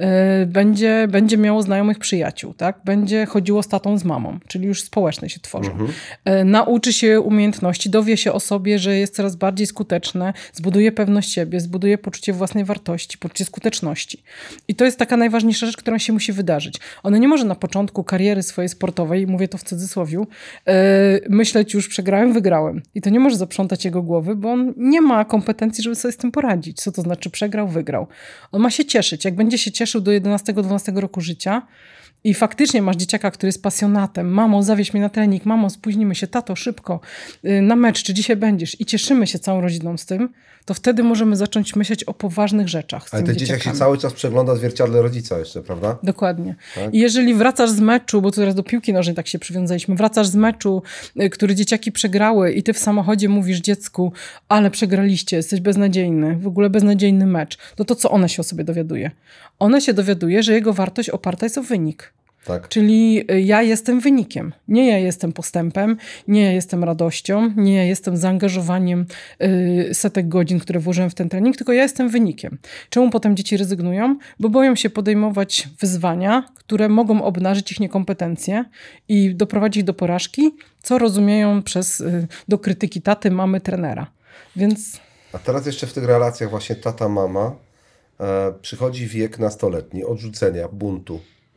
będzie miało znajomych przyjaciół, tak? Będzie chodziło z tatą, z mamą, czyli już społeczne się tworzą. Nauczy się umiejętności, dowie się o sobie, że jest coraz bardziej skuteczne, zbuduje pewność siebie, zbuduje poczucie własnej wartości, poczucie skuteczności. I to jest taka najważniejsza rzecz, która się musi wydarzyć. Ona nie może na początku kariery swojej sportowej, mówię to w cudzysłowiu, myśleć już przegrałem, wygrałem. I to nie może zaprzątać jego głowy, bo on nie ma kompetencji, żeby sobie z tym poradzić. Co to znaczy przegrał, wygrał. On ma się cieszyć. Jak będzie się cieszył do 11-12 roku życia i faktycznie masz dzieciaka, który jest pasjonatem, mamo, zawieź mnie na trening, mamo, spóźnimy się, tato, szybko, na mecz, czy dzisiaj będziesz i cieszymy się całą rodziną z tym, to wtedy możemy zacząć myśleć o poważnych rzeczach. Ale ten dzieciak się cały czas przegląda w zwierciadle rodzica jeszcze, prawda? Dokładnie. Tak? I jeżeli wracasz z meczu, bo teraz do piłki nożnej tak się przywiązaliśmy, wracasz z meczu, który dzieciaki przegrały i ty w samochodzie mówisz dziecku, ale przegraliście, jesteś beznadziejny, w ogóle beznadziejny mecz, to co ona się o sobie dowiaduje? Ona się dowiaduje, że jego wartość oparta jest o wynik. Tak. Czyli ja jestem wynikiem. Nie ja jestem postępem, nie ja jestem radością, nie ja jestem zaangażowaniem setek godzin, które włożyłem w ten trening, tylko ja jestem wynikiem. Czemu potem dzieci rezygnują? Bo boją się podejmować wyzwania, które mogą obnażyć ich niekompetencje i doprowadzić ich do porażki, co rozumieją do krytyki taty, mamy, trenera. Więc... A teraz jeszcze w tych relacjach właśnie tata-mama przychodzi wiek nastoletni, odrzucenia, buntu.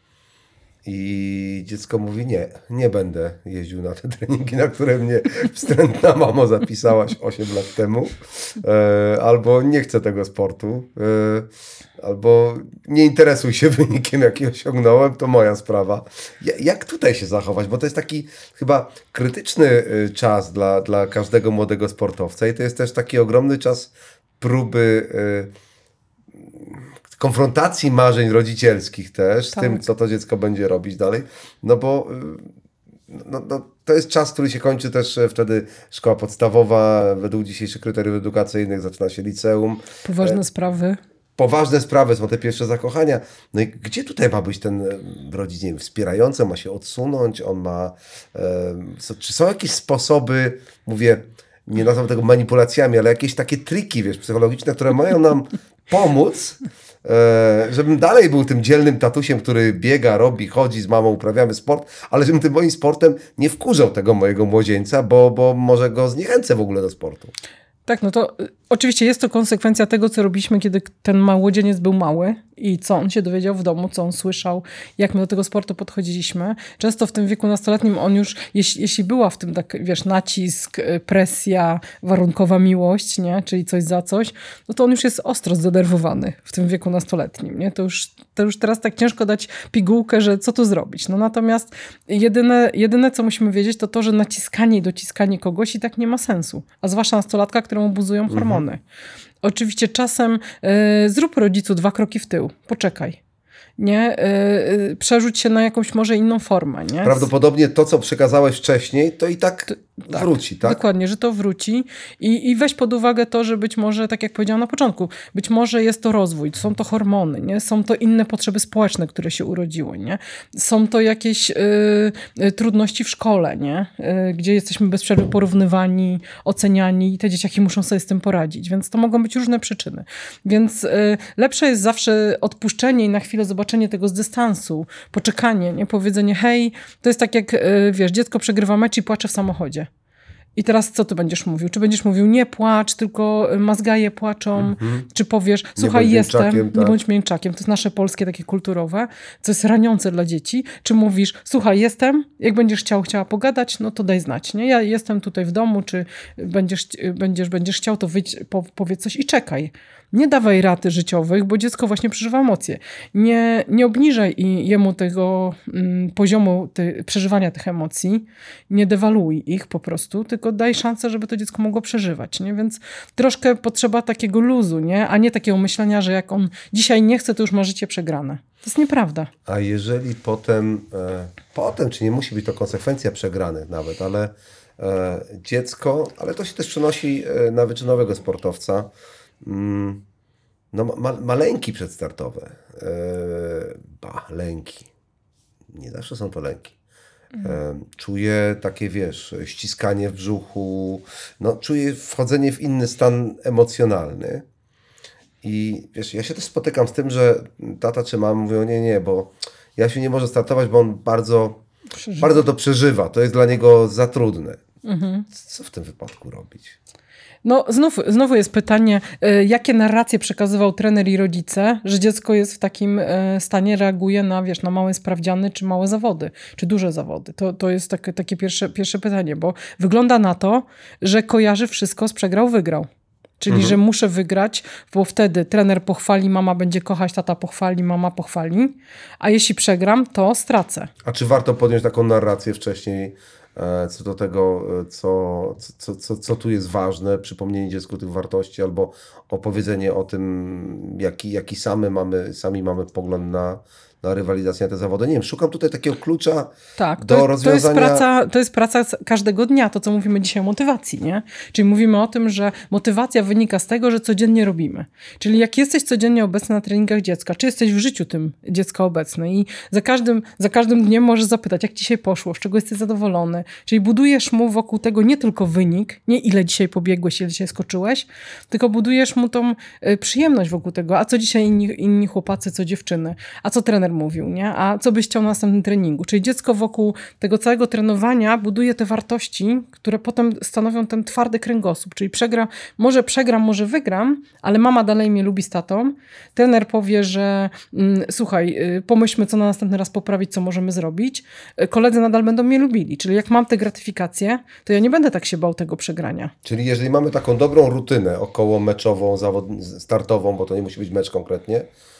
I dziecko mówi, nie będę jeździł na te treningi, na które mnie wstrętna mamo zapisałaś 8 lat temu, albo nie chcę tego sportu, albo nie interesuj się wynikiem, jaki osiągnąłem, to moja sprawa. Jak tutaj się zachować? Bo to jest taki chyba krytyczny czas dla każdego młodego sportowca i to jest też taki ogromny czas próby konfrontacji marzeń rodzicielskich też, z tym, co to dziecko będzie robić dalej, no bo to jest czas, który się kończy też wtedy szkoła podstawowa, według dzisiejszych kryteriów edukacyjnych, zaczyna się liceum. Poważne sprawy. Poważne sprawy, są te pierwsze zakochania. No i gdzie tutaj ma być ten rodzic, nie wiem, wspierający, ma się odsunąć, on ma... czy są jakieś sposoby, mówię, nie nazwę tego manipulacjami, ale jakieś takie triki, psychologiczne, które mają nam pomóc, żebym dalej był tym dzielnym tatusiem, który biega, robi, chodzi z mamą, uprawiamy sport, ale żebym tym moim sportem nie wkurzał tego mojego młodzieńca, bo może go zniechęcę w ogóle do sportu. Tak, no to oczywiście jest to konsekwencja tego, co robiliśmy, kiedy ten młodzieniec był mały i co on się dowiedział w domu, co on słyszał, jak my do tego sportu podchodziliśmy. Często w tym wieku nastoletnim on już, jeśli była w tym tak, nacisk, presja, warunkowa miłość, nie? Czyli coś za coś, no to on już jest ostro zdenerwowany w tym wieku nastoletnim, nie? To już teraz tak ciężko dać pigułkę, że co tu zrobić. No natomiast jedyne, co musimy wiedzieć, to, że naciskanie i dociskanie kogoś i tak nie ma sensu. A zwłaszcza nastolatka, któremu buzują hormony. Oczywiście czasem zrób rodzicu 2 kroki w tył. Poczekaj. Nie? Przerzuć się na jakąś może inną formę. Nie? Prawdopodobnie to, co przekazałeś wcześniej, to i tak wróci, tak? Dokładnie, że to wróci i weź pod uwagę to, że być może, tak jak powiedziałam na początku, być może jest to rozwój, są to hormony, nie? Są to inne potrzeby społeczne, które się urodziły, nie? Są to jakieś trudności w szkole, nie? Gdzie jesteśmy bez przerwy porównywani, oceniani i te dzieciaki muszą sobie z tym poradzić, więc to mogą być różne przyczyny. Więc lepsze jest zawsze odpuszczenie i na chwilę zobaczenie tego z dystansu, poczekanie, nie? Powiedzenie, hej, to jest tak jak, dziecko przegrywa mecz i płacze w samochodzie. I teraz co ty będziesz mówił? Czy będziesz mówił nie płacz, tylko mazgaje płaczą? Czy powiesz, słuchaj, bądź jestem, mięczakiem, nie tak. bądź mięczakiem. To jest nasze polskie takie kulturowe, co jest raniące dla dzieci. Czy mówisz, słuchaj, jestem, jak będziesz chciała pogadać, no to daj znać. Nie? Ja jestem tutaj w domu, czy będziesz chciał, to wyjdź, powiedz coś i czekaj. Nie dawaj raty życiowych, bo dziecko właśnie przeżywa emocje. Nie obniżaj jemu tego poziomu przeżywania tych emocji, nie dewaluuj ich po prostu, tylko daj szansę, żeby to dziecko mogło przeżywać. Nie? Więc troszkę potrzeba takiego luzu, nie? A nie takiego myślenia, że jak on dzisiaj nie chce, to już ma życie przegrane. To jest nieprawda. A jeżeli potem, czy nie musi być to konsekwencja przegranych nawet, ale dziecko, ale to się też przenosi na wyczynowego sportowca, no ma lęki przedstartowe. Lęki. Nie zawsze są to lęki. Czuje takie, ściskanie w brzuchu, no czuje wchodzenie w inny stan emocjonalny. I ja się też spotykam z tym, że tata czy mama mówią, nie, bo Jasiu nie może startować, bo on bardzo to przeżywa. To jest dla niego za trudne. Co w tym wypadku robić? No znowu jest pytanie, jakie narracje przekazywał trener i rodzice, że dziecko jest w takim stanie, reaguje na małe sprawdziany, czy małe zawody, czy duże zawody. To jest takie pierwsze pytanie, bo wygląda na to, że kojarzy wszystko z przegrał, wygrał. Czyli, że muszę wygrać, bo wtedy trener pochwali, mama będzie kochać, tata pochwali, mama pochwali, a jeśli przegram, to stracę. A czy warto podjąć taką narrację wcześniej, co do tego, co tu jest ważne, przypomnienie dziecku tych wartości albo opowiedzenie o tym, jaki sami mamy pogląd na rywalizację, na te zawody. Nie wiem, szukam tutaj takiego klucza do rozwiązania. To jest praca każdego dnia, to co mówimy dzisiaj o motywacji, nie? Czyli mówimy o tym, że motywacja wynika z tego, że codziennie robimy. Czyli jak jesteś codziennie obecny na treningach dziecka, czy jesteś w życiu tym dziecka obecny i za każdym dniem możesz zapytać, jak dzisiaj poszło, z czego jesteś zadowolony. Czyli budujesz mu wokół tego nie tylko wynik, nie ile dzisiaj pobiegłeś, ile dzisiaj skoczyłeś, tylko budujesz mu tą przyjemność wokół tego, a co dzisiaj inni chłopacy, co dziewczyny, a co trener mówił, nie? A co byś chciał na następnym treningu. Czyli dziecko wokół tego całego trenowania buduje te wartości, które potem stanowią ten twardy kręgosłup. Czyli przegram, może wygram, ale mama dalej mnie lubi z tatą. Trener powie, że słuchaj, pomyślmy, co na następny raz poprawić, co możemy zrobić. Koledzy nadal będą mnie lubili. Czyli jak mam te gratyfikacje, to ja nie będę tak się bał tego przegrania. Czyli jeżeli mamy taką dobrą rutynę około meczową, startową, bo to nie musi być mecz konkretnie,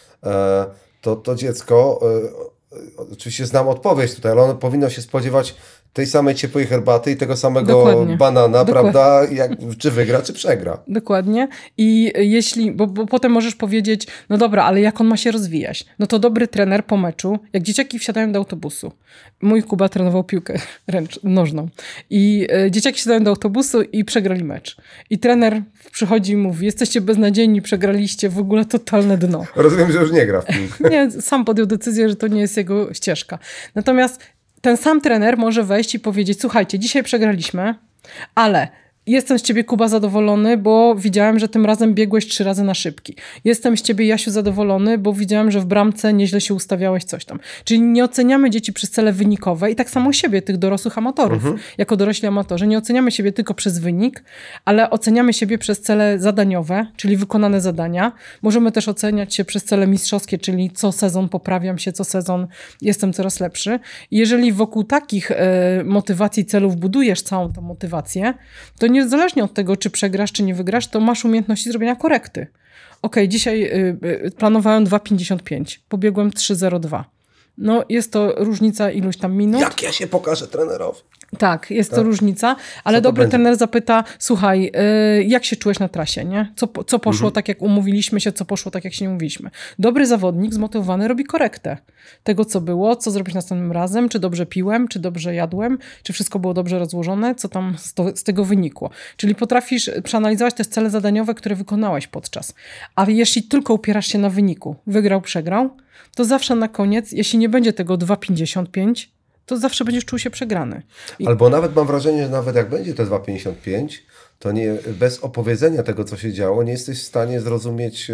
to dziecko, oczywiście znam odpowiedź tutaj, ale ono powinno się spodziewać tej samej ciepłej herbaty i tego samego banana, prawda? Czy wygra, czy przegra. Dokładnie. I bo potem możesz powiedzieć, no dobra, ale jak on ma się rozwijać? No to dobry trener po meczu, jak dzieciaki wsiadają do autobusu. Mój Kuba trenował piłkę nożną. I dzieciaki wsiadają do autobusu i przegrali mecz. I trener przychodzi i mówi, jesteście beznadziejni, przegraliście, w ogóle totalne dno. Rozumiem, że już nie gra w piłkę. Nie, sam podjął decyzję, że to nie jest jego ścieżka. Natomiast ten sam trener może wejść i powiedzieć, słuchajcie, dzisiaj przegraliśmy, ale jestem z ciebie, Kuba, zadowolony, bo widziałem, że tym razem biegłeś 3 razy na szybki. Jestem z ciebie, Jasiu, zadowolony, bo widziałem, że w bramce nieźle się ustawiałeś, coś tam. Czyli nie oceniamy dzieci przez cele wynikowe i tak samo siebie, tych dorosłych amatorów. Jako dorośli amatorzy nie oceniamy siebie tylko przez wynik, ale oceniamy siebie przez cele zadaniowe, czyli wykonane zadania. Możemy też oceniać się przez cele mistrzowskie, czyli co sezon poprawiam się, co sezon jestem coraz lepszy. I jeżeli wokół takich motywacji, celów budujesz całą tą motywację, to niezależnie od tego, czy przegrasz, czy nie wygrasz, to masz umiejętności zrobienia korekty. Okej, dzisiaj planowałem 2,55, pobiegłem 3,02. No jest to różnica iluś tam minut. Jak ja się pokażę trenerowi? Tak, jest to różnica, ale dobry trener zapyta, słuchaj, jak się czułeś na trasie, nie? Co poszło tak, jak umówiliśmy się, co poszło tak, jak się nie umówiliśmy. Dobry zawodnik zmotywowany robi korektę tego, co było, co zrobić następnym razem, czy dobrze piłem, czy dobrze jadłem, czy wszystko było dobrze rozłożone, co tam z tego wynikło. Czyli potrafisz przeanalizować te cele zadaniowe, które wykonałeś podczas. A jeśli tylko upierasz się na wyniku, wygrał, przegrał, to zawsze na koniec, jeśli nie będzie tego 2,55, to zawsze będziesz czuł się przegrany. Albo nawet mam wrażenie, że nawet jak będzie te 2,55, to nie, bez opowiedzenia tego, co się działo, nie jesteś w stanie zrozumieć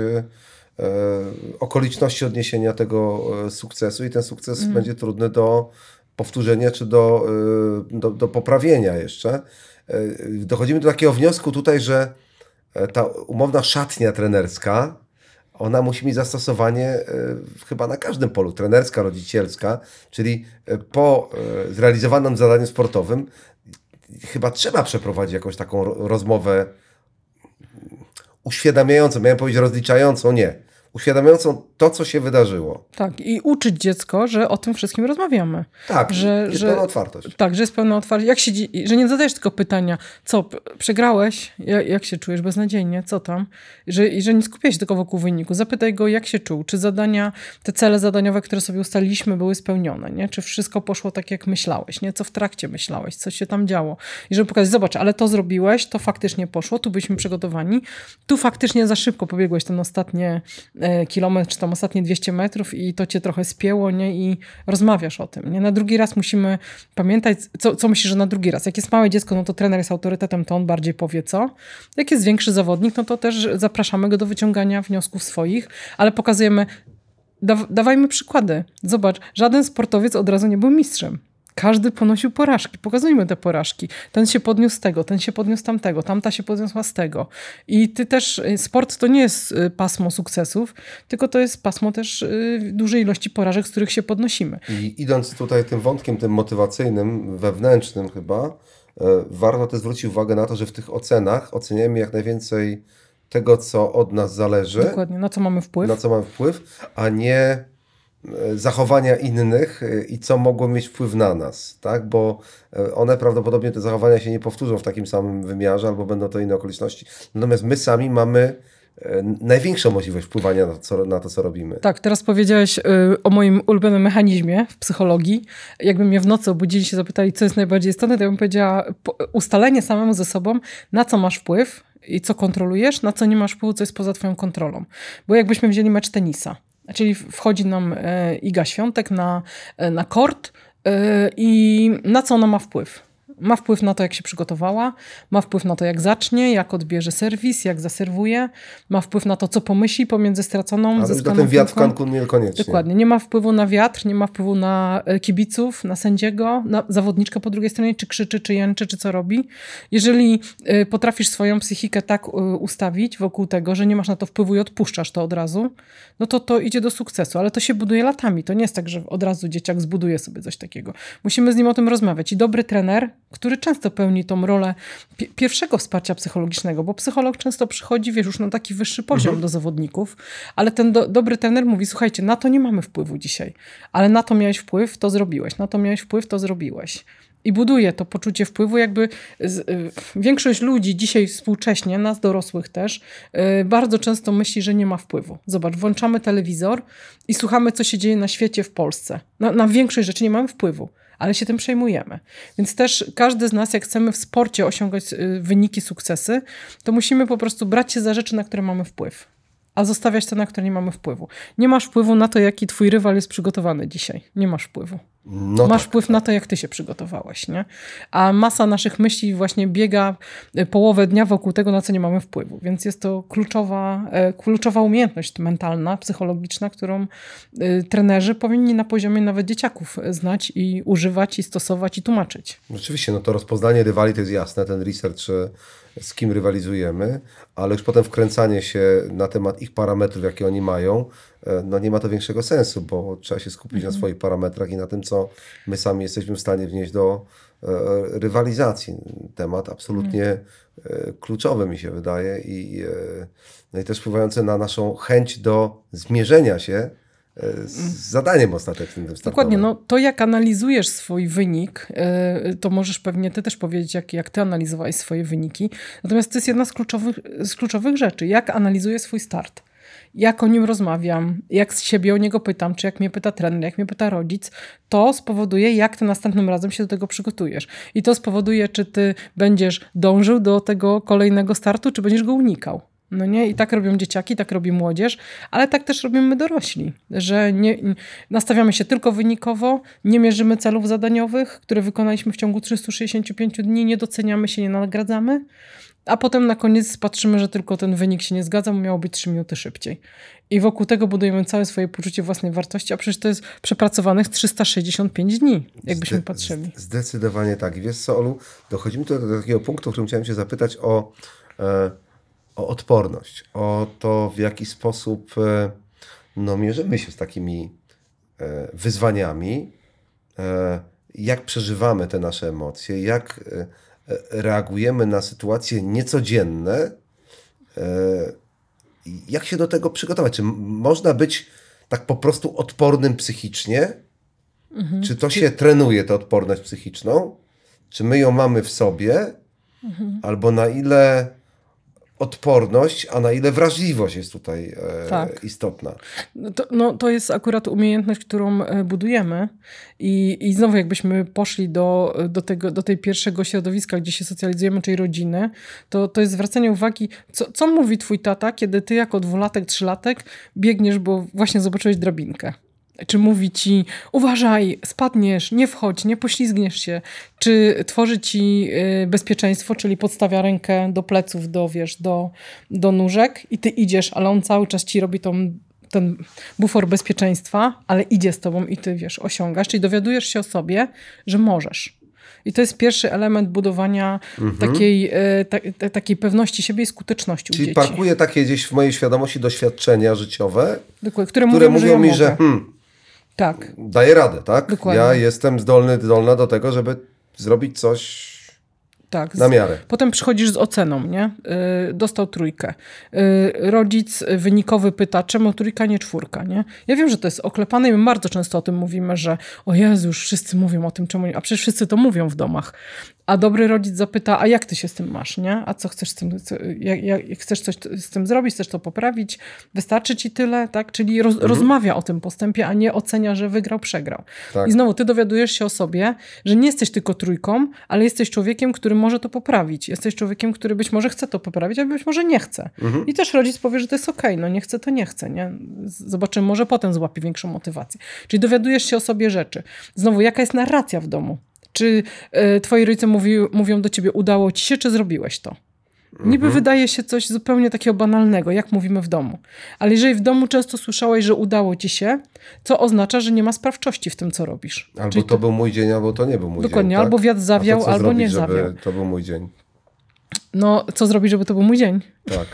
okoliczności odniesienia tego sukcesu i ten sukces będzie trudny do powtórzenia czy do poprawienia jeszcze. dochodzimy do takiego wniosku tutaj, że ta umowna szatnia trenerska, ona musi mieć zastosowanie chyba na każdym polu, trenerska, rodzicielska, czyli po zrealizowanym zadaniu sportowym chyba trzeba przeprowadzić jakąś taką rozmowę uświadamiającą, miałem powiedzieć rozliczającą, nie. Uświadamiającą to, co się wydarzyło. Tak, i uczyć dziecko, że o tym wszystkim rozmawiamy. Tak, jest pełna otwartość. Tak, że jest pełna otwartość. Że nie zadajesz tylko pytania, co, przegrałeś? Jak się czujesz? Beznadziejnie? Co tam? Że nie skupiaj się tylko wokół wyniku. Zapytaj go, jak się czuł. Czy te cele zadaniowe, które sobie ustaliliśmy, były spełnione? Nie? Czy wszystko poszło tak, jak myślałeś? Nie? Co w trakcie myślałeś? Co się tam działo? I żeby pokazać, zobacz, ale to zrobiłeś, to faktycznie poszło, tu byliśmy przygotowani, tu faktycznie za szybko pobiegłeś ten ostatnie kilometr, czy tam ostatnie 200 metrów i to cię trochę spięło, nie? I rozmawiasz o tym, nie? Na drugi raz musimy pamiętać, co myślisz, że na drugi raz. Jak jest małe dziecko, no to trener jest autorytetem, to on bardziej powie co. Jak jest większy zawodnik, no to też zapraszamy go do wyciągania wniosków swoich, ale pokazujemy, dawajmy przykłady. Zobacz, żaden sportowiec od razu nie był mistrzem. Każdy ponosił porażki. Pokazujmy te porażki. Ten się podniósł z tego, ten się podniósł tamtego, tamta się podniosła z tego. I ty też, sport to nie jest pasmo sukcesów, tylko to jest pasmo też dużej ilości porażek, z których się podnosimy. I idąc tutaj tym wątkiem, tym motywacyjnym, wewnętrznym chyba, warto też zwrócić uwagę na to, że w tych ocenach oceniamy jak najwięcej tego, co od nas zależy. Dokładnie, na co mamy wpływ. Na co mamy wpływ, a nie zachowania innych i co mogło mieć wpływ na nas, tak? Bo one prawdopodobnie, te zachowania się nie powtórzą w takim samym wymiarze, albo będą to inne okoliczności. Natomiast my sami mamy największą możliwość wpływania na to, co robimy. Tak, teraz powiedziałeś o moim ulubionym mechanizmie w psychologii. Jakby mnie w nocy obudzili się zapytali, co jest najbardziej istotne, to ja bym powiedziała ustalenie samemu ze sobą, na co masz wpływ i co kontrolujesz, na co nie masz wpływu, co jest poza twoją kontrolą. Bo jakbyśmy wzięli mecz tenisa, czyli wchodzi nam Iga Świątek na kort i na co ona ma wpływ? Ma wpływ na to, jak się przygotowała, ma wpływ na to, jak zacznie, jak odbierze serwis, jak zaserwuje, ma wpływ na to, co pomyśli pomiędzy straconą, zyskaną ten wiatr w piłką. Cancun niekoniecznie. Dokładnie. Nie ma wpływu na wiatr, nie ma wpływu na kibiców, na sędziego, na zawodniczkę po drugiej stronie, czy krzyczy, czy jęczy, czy co robi. Jeżeli potrafisz swoją psychikę tak ustawić wokół tego, że nie masz na to wpływu i odpuszczasz to od razu, no to idzie do sukcesu. Ale to się buduje latami. To nie jest tak, że od razu dzieciak zbuduje sobie coś takiego. Musimy z nim o tym rozmawiać. I dobry trener, który często pełni tą rolę pierwszego wsparcia psychologicznego, bo psycholog często przychodzi, wiesz, już na taki wyższy poziom do zawodników, ale ten dobry trener mówi, słuchajcie, na to nie mamy wpływu dzisiaj, ale na to miałeś wpływ, to zrobiłeś, na to miałeś wpływ, to zrobiłeś. I buduje to poczucie wpływu, jakby większość ludzi dzisiaj współcześnie, nas dorosłych też, bardzo często myśli, że nie ma wpływu. Zobacz, włączamy telewizor i słuchamy, co się dzieje na świecie, w Polsce. Na większość rzeczy nie mamy wpływu, ale się tym przejmujemy. Więc też każdy z nas, jak chcemy w sporcie osiągać wyniki, sukcesy, to musimy po prostu brać się za rzeczy, na które mamy wpływ, a zostawiać te, na które nie mamy wpływu. Nie masz wpływu na to, jaki twój rywal jest przygotowany dzisiaj. Nie masz wpływu. No masz tak, wpływ na to, jak ty się przygotowałeś, nie? A masa naszych myśli właśnie biega połowę dnia wokół tego, na co nie mamy wpływu. Więc jest to kluczowa umiejętność mentalna, psychologiczna, którą trenerzy powinni na poziomie nawet dzieciaków znać i używać, i stosować, i tłumaczyć. Rzeczywiście, no to rozpoznanie rywali to jest jasne, ten research, z kim rywalizujemy, ale już potem wkręcanie się na temat ich parametrów, jakie oni mają, no nie ma to większego sensu, bo trzeba się skupić na swoich parametrach i na tym, co my sami jesteśmy w stanie wnieść do rywalizacji. Temat absolutnie kluczowy, mi się wydaje, no i też wpływający na naszą chęć do zmierzenia się z zadaniem ostatecznym. Dokładnie, no to jak analizujesz swój wynik, to możesz pewnie ty też powiedzieć, jak ty analizowałeś swoje wyniki. Natomiast to jest jedna z kluczowych rzeczy. Jak analizuję swój start? Jak o nim rozmawiam, jak z siebie o niego pytam, czy jak mnie pyta trener, jak mnie pyta rodzic, to spowoduje, jak ty następnym razem się do tego przygotujesz. I to spowoduje, czy ty będziesz dążył do tego kolejnego startu, czy będziesz go unikał. No nie? I tak robią dzieciaki, tak robi młodzież, ale tak też robimy my dorośli, że nie nastawiamy się tylko wynikowo, nie mierzymy celów zadaniowych, które wykonaliśmy w ciągu 365 dni, nie doceniamy się, nie nagradzamy, a potem na koniec patrzymy, że tylko ten wynik się nie zgadza, bo miało być 3 minuty szybciej. I wokół tego budujemy całe swoje poczucie własnej wartości, a przecież to jest przepracowanych 365 dni, jakbyśmy patrzyli. Zdecydowanie tak. I wiesz co, Olu, dochodzimy tu do takiego punktu, w którym chciałem cię zapytać o odporność, o to, w jaki sposób mierzymy się z takimi wyzwaniami, jak przeżywamy te nasze emocje, jak reagujemy na sytuacje niecodzienne, jak się do tego przygotować. Czy można być tak po prostu odpornym psychicznie? Czy to się trenuje, tę odporność psychiczną? Czy my ją mamy w sobie? Albo na ile odporność, a na ile wrażliwość jest tutaj istotna? To jest akurat umiejętność, którą budujemy i znowu jakbyśmy poszli do tej pierwszego środowiska, gdzie się socjalizujemy, czyli rodziny, to jest zwracanie uwagi, co mówi twój tata, kiedy ty jako 2-latek, 3-latek biegniesz, bo właśnie zobaczyłeś drabinkę. Czy mówi ci, uważaj, spadniesz, nie wchodź, nie poślizgniesz się. Czy tworzy ci bezpieczeństwo, czyli podstawia rękę do pleców, do nóżek i ty idziesz, ale on cały czas ci robi ten bufor bezpieczeństwa, ale idzie z tobą i ty, osiągasz. Czyli dowiadujesz się o sobie, że możesz. I to jest pierwszy element budowania takiej pewności siebie i skuteczności u dzieci. Czyli parkuję takie gdzieś w mojej świadomości doświadczenia życiowe, które mówią mi, że tak. daję radę, tak? Dokładnie. Ja jestem zdolna do tego, żeby zrobić coś na miarę. Potem przychodzisz z oceną, nie? Dostał 3. Rodzic wynikowy pyta, czemu 3, nie 4, nie? Ja wiem, że to jest oklepane i my bardzo często o tym mówimy, że o Jezu, już wszyscy mówią o tym, czemu nie? A przecież wszyscy to mówią w domach. A dobry rodzic zapyta, a jak ty się z tym masz, nie? A co chcesz z tym, jak chcesz coś z tym zrobić, chcesz to poprawić? Wystarczy ci tyle, tak? Czyli rozmawia o tym postępie, a nie ocenia, że wygrał, przegrał. Tak. I znowu, ty dowiadujesz się o sobie, że nie jesteś tylko 3, ale jesteś człowiekiem, który może to poprawić. Jesteś człowiekiem, który być może chce to poprawić, a być może nie chce. I też rodzic powie, że to jest okej, no nie chce, to nie chce, nie? Zobaczymy, może potem złapie większą motywację. Czyli dowiadujesz się o sobie rzeczy. Znowu, jaka jest narracja w domu? Czy twoi rodzice mówią do ciebie, udało ci się, czy zrobiłeś to? Niby wydaje się coś zupełnie takiego banalnego, jak mówimy w domu. Ale jeżeli w domu często słyszałeś, że udało ci się, co oznacza, że nie ma sprawczości w tym, co robisz. Albo czyli to był mój dzień, albo to nie był mój dzień. Dokładnie, Tak? albo wiatr zawiał, albo zrobić, nie żeby zawiał. To był mój dzień. No, co zrobić, żeby to był mój dzień? Tak.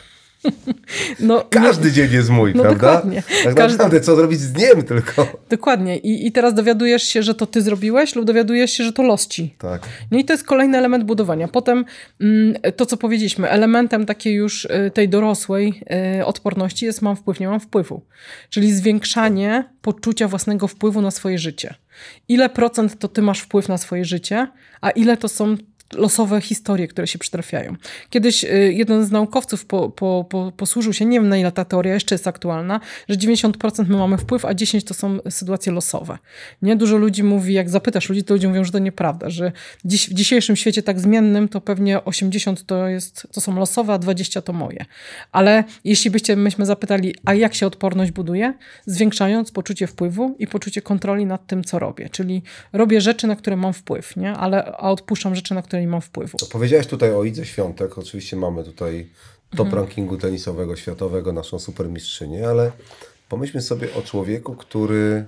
Każdy dzień jest mój, prawda? Dokładnie. Tak naprawdę, co zrobić z dniem tylko. Dokładnie. I teraz dowiadujesz się, że to ty zrobiłeś lub dowiadujesz się, że to los ci. Tak. No i to jest kolejny element budowania. Potem to, co powiedzieliśmy, elementem takiej już tej dorosłej odporności jest mam wpływ, nie mam wpływu. Czyli zwiększanie poczucia własnego wpływu na swoje życie. Ile procent to ty masz wpływ na swoje życie, a ile to są losowe historie, które się przytrafiają. Kiedyś jeden z naukowców posłużył się, nie wiem na ile ta teoria jeszcze jest aktualna, że 90% my mamy wpływ, a 10% to są sytuacje losowe. Nie? Dużo ludzi mówi, jak zapytasz ludzi, to ludzie mówią, że to nieprawda, że w dzisiejszym świecie tak zmiennym to pewnie 80% to są losowe, a 20% to moje. Ale jeśli myśmy zapytali, a jak się odporność buduje? Zwiększając poczucie wpływu i poczucie kontroli nad tym, co robię. Czyli robię rzeczy, na które mam wpływ, nie? A odpuszczam rzeczy, na które nie mam wpływu. Powiedziałeś tutaj o Idze Świątek. Oczywiście mamy tutaj top rankingu tenisowego światowego, naszą supermistrzynię, ale pomyślmy sobie o człowieku, który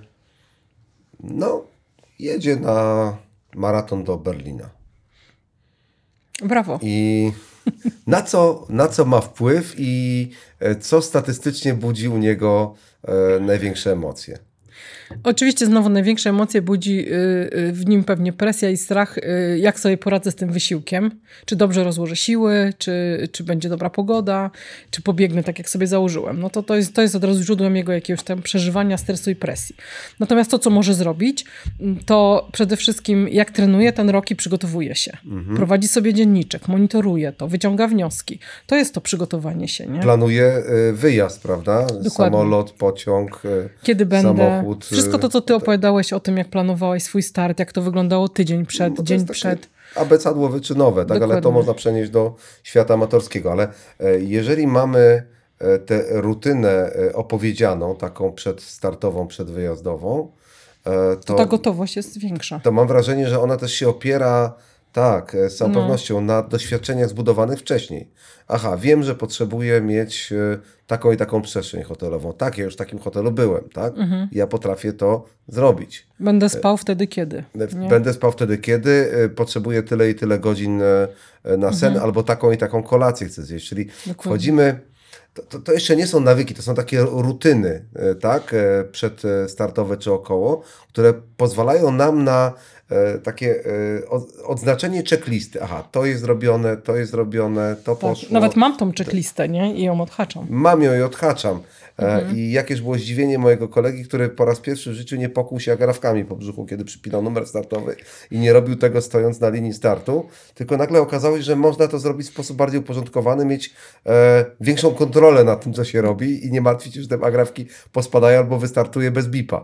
jedzie na maraton do Berlina. Brawo. I na co ma wpływ i co statystycznie budzi u niego największe emocje? Oczywiście znowu największe emocje budzi w nim pewnie presja i strach, jak sobie poradzę z tym wysiłkiem. Czy dobrze rozłożę siły, czy będzie dobra pogoda, czy pobiegnę tak, jak sobie założyłem. No to jest od razu źródłem jego jakiegoś tam przeżywania, stresu i presji. Natomiast to, co może zrobić, to przede wszystkim jak trenuje ten rok i przygotowuje się. Prowadzi sobie dzienniczek, monitoruje to, wyciąga wnioski. To jest to przygotowanie się. Nie? Planuje wyjazd, prawda? Dokładnie. Samolot, pociąg, kiedy będę. Samochód. Wszystko to, co ty opowiadałeś o tym, jak planowałeś swój start, jak to wyglądało tydzień przed, dzień przed. Abecadło wyczynowe, tak? Ale to można przenieść do świata amatorskiego. Ale jeżeli mamy tę rutynę opowiedzianą, taką przedstartową, przedwyjazdową, to ta gotowość jest większa. To mam wrażenie, że ona też się opiera Tak, z całą pewnością na doświadczeniach zbudowanych wcześniej. Aha, wiem, że potrzebuję mieć taką i taką przestrzeń hotelową. Tak, ja już w takim hotelu byłem, tak? Ja potrafię to zrobić. Będę spał wtedy, kiedy. Nie? Będę spał wtedy, kiedy potrzebuję tyle i tyle godzin na sen, albo taką i taką kolację chcę zjeść. Czyli wchodzimy... To jeszcze nie są nawyki, to są takie rutyny, tak, przedstartowe czy około, które pozwalają nam na takie odznaczenie checklisty. Aha, to jest zrobione, to poszło. Nawet mam tą checklistę, nie? I ją odhaczam. Mam ją i odhaczam. I jakież było zdziwienie mojego kolegi, który po raz pierwszy w życiu nie pokłuł się agrawkami po brzuchu, kiedy przypinał numer startowy i nie robił tego stojąc na linii startu, tylko nagle okazało się, że można to zrobić w sposób bardziej uporządkowany, mieć większą kontrolę nad tym, co się robi i nie martwić się, że te agrawki pospadają albo wystartuje bez bipa.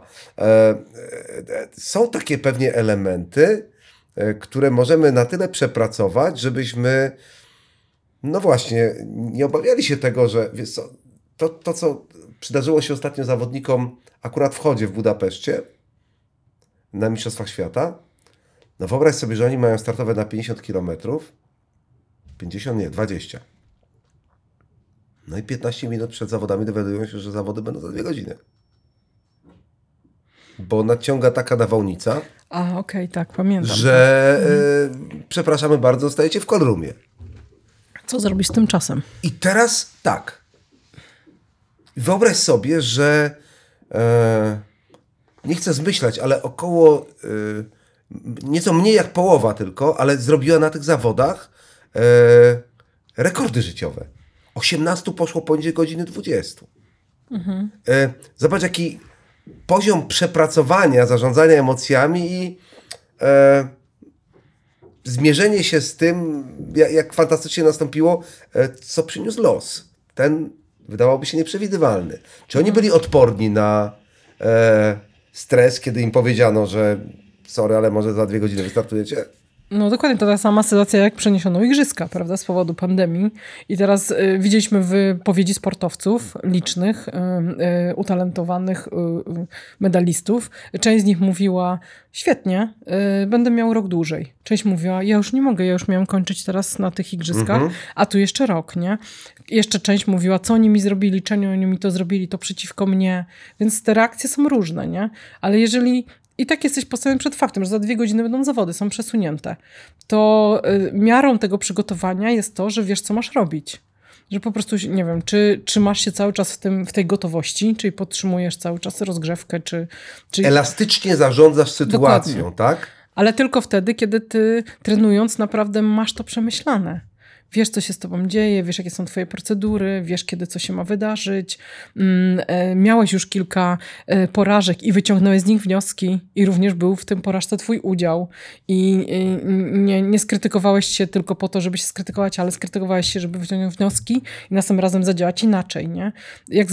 Są takie pewnie elementy, które możemy na tyle przepracować, żebyśmy no właśnie, nie obawiali się tego, że wiesz co, to, co przydarzyło się ostatnio zawodnikom akurat w Chodzie w Budapeszcie na Mistrzostwach Świata, no wyobraź sobie, że oni mają startowe na 50 km, 50 nie, 20. No i 15 minut przed zawodami dowiadują się, że zawody będą za 2 godziny. Bo nadciąga taka nawałnica, Okej, tak, pamiętam. że przepraszamy bardzo, zostajecie w callroomie. Co zrobić z tym czasem? I teraz tak. Wyobraź sobie, że nie chcę zmyślać, ale około nieco mniej jak połowa tylko, ale zrobiła na tych zawodach rekordy życiowe. 18 poszło poniżej godziny 20. Zobacz, jaki poziom przepracowania, zarządzania emocjami i zmierzenie się z tym, jak fantastycznie nastąpiło, co przyniósł los. Ten wydawałoby się nieprzewidywalny. Czy oni byli odporni na stres, kiedy im powiedziano, że sorry, ale może za 2 godziny wystartujecie? No dokładnie, to ta sama sytuacja, jak przeniesiono igrzyska, prawda, z powodu pandemii. I teraz widzieliśmy wypowiedzi sportowców licznych, utalentowanych medalistów. Część z nich mówiła, świetnie, będę miał rok dłużej. Część mówiła, ja już nie mogę, ja już miałem kończyć teraz na tych igrzyskach, a tu jeszcze rok, nie? Jeszcze część mówiła, co oni mi zrobili, czemu oni mi to zrobili, to przeciwko mnie. Więc te reakcje są różne, nie? Ale jeżeli i tak jesteś postawiony przed faktem, że za 2 godziny będą zawody, są przesunięte, to miarą tego przygotowania jest to, że wiesz, co masz robić. Że po prostu, nie wiem, czy trzymasz się cały czas w tej gotowości, czyli podtrzymujesz cały czas rozgrzewkę, czy... Elastycznie zarządzasz sytuacją, Dokładnie. tak? Ale tylko wtedy, kiedy ty trenując naprawdę masz to przemyślane. Wiesz, co się z tobą dzieje, wiesz, jakie są twoje procedury, wiesz, kiedy co się ma wydarzyć. Miałeś już kilka porażek i wyciągnąłeś z nich wnioski i również był w tym porażce twój udział. I nie skrytykowałeś się tylko po to, żeby się skrytykować, ale skrytykowałeś się, żeby wyciągnąć wnioski i następnym razem zadziałać inaczej, nie? Jak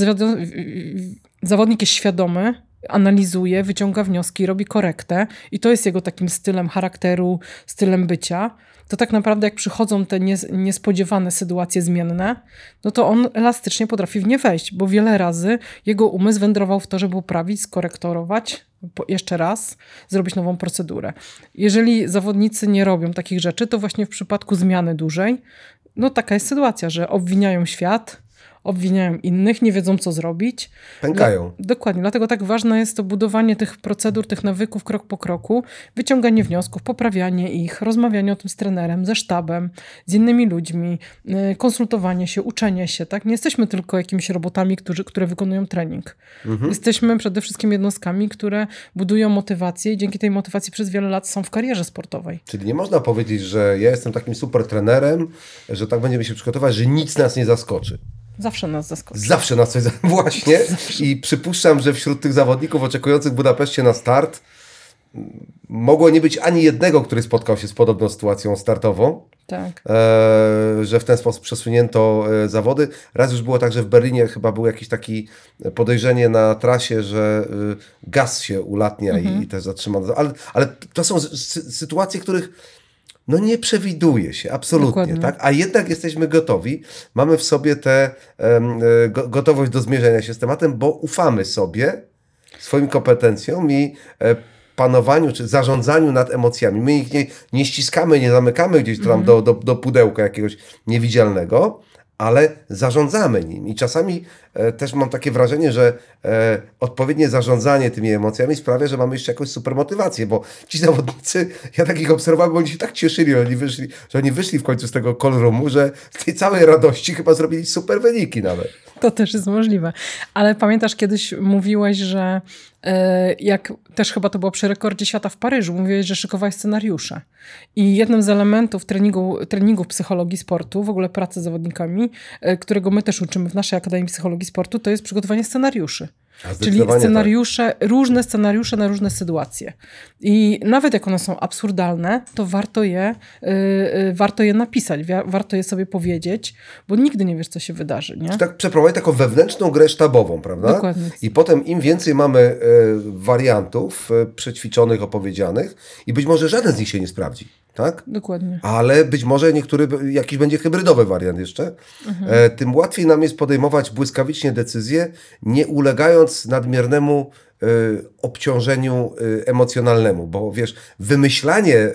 zawodnik jest świadomy, analizuje, wyciąga wnioski, robi korektę i to jest jego takim stylem charakteru, stylem bycia, to tak naprawdę jak przychodzą te niespodziewane sytuacje zmienne, no to on elastycznie potrafi w nie wejść, bo wiele razy jego umysł wędrował w to, żeby poprawić, skorektorować, jeszcze raz zrobić nową procedurę. Jeżeli zawodnicy nie robią takich rzeczy, to właśnie w przypadku zmiany dużej, no taka jest sytuacja, że obwiniają świat, obwiniają innych, nie wiedzą, co zrobić. Pękają. Dokładnie, dlatego tak ważne jest to budowanie tych procedur, tych nawyków krok po kroku, wyciąganie wniosków, poprawianie ich, rozmawianie o tym z trenerem, ze sztabem, z innymi ludźmi, konsultowanie się, uczenie się. Tak? Nie jesteśmy tylko jakimiś robotami, które wykonują trening. Jesteśmy przede wszystkim jednostkami, które budują motywację i dzięki tej motywacji przez wiele lat są w karierze sportowej. Czyli nie można powiedzieć, że ja jestem takim super trenerem, że tak będziemy się przygotować, że nic nas nie zaskoczy. Zawsze nas zaskoczy. Zawsze nas coś właśnie. I przypuszczam, że wśród tych zawodników oczekujących w Budapeszcie na start mogło nie być ani jednego, który spotkał się z podobną sytuacją startową. Tak. Że w ten sposób przesunięto zawody. Raz już było tak, że w Berlinie chyba było jakieś takie podejrzenie na trasie, że gaz się ulatnia i też zatrzymano. Ale to są sytuacje, których no nie przewiduje się, absolutnie. Tak? A jednak jesteśmy gotowi, mamy w sobie tę gotowość do zmierzenia się z tematem, bo ufamy sobie, swoim kompetencjom i panowaniu czy zarządzaniu nad emocjami. My ich nie ściskamy, nie zamykamy gdzieś tam do pudełka jakiegoś niewidzialnego, ale zarządzamy nim. I czasami też mam takie wrażenie, że odpowiednie zarządzanie tymi emocjami sprawia, że mamy jeszcze jakąś super motywację, bo ci zawodnicy, ja takich obserwowałem, bo oni się tak cieszyli, że oni wyszli w końcu z tego call roomu, że z tej całej radości chyba zrobili super wyniki nawet. To też jest możliwe. Ale pamiętasz, kiedyś mówiłeś, że jak też chyba to było przy rekordzie świata w Paryżu, mówiłeś, że szykowałeś scenariusze. I jednym z elementów treningu psychologii sportu, w ogóle pracy z zawodnikami, którego my też uczymy w naszej Akademii Psychologii Sportu, to jest przygotowanie scenariuszy. Czyli scenariusze, różne scenariusze na różne sytuacje. I nawet jak one są absurdalne, to warto je napisać, warto je sobie powiedzieć, bo nigdy nie wiesz, co się wydarzy. Nie? Tak przeprowadzić taką wewnętrzną grę sztabową, prawda? Dokładnie. I potem im więcej mamy wariantów przećwiczonych, opowiedzianych i być może żaden z nich się nie sprawdzi. Tak? Dokładnie. Ale być może jakiś będzie hybrydowy wariant jeszcze. Tym łatwiej nam jest podejmować błyskawicznie decyzje, nie ulegając nadmiernemu obciążeniu emocjonalnemu, bo wiesz, wymyślanie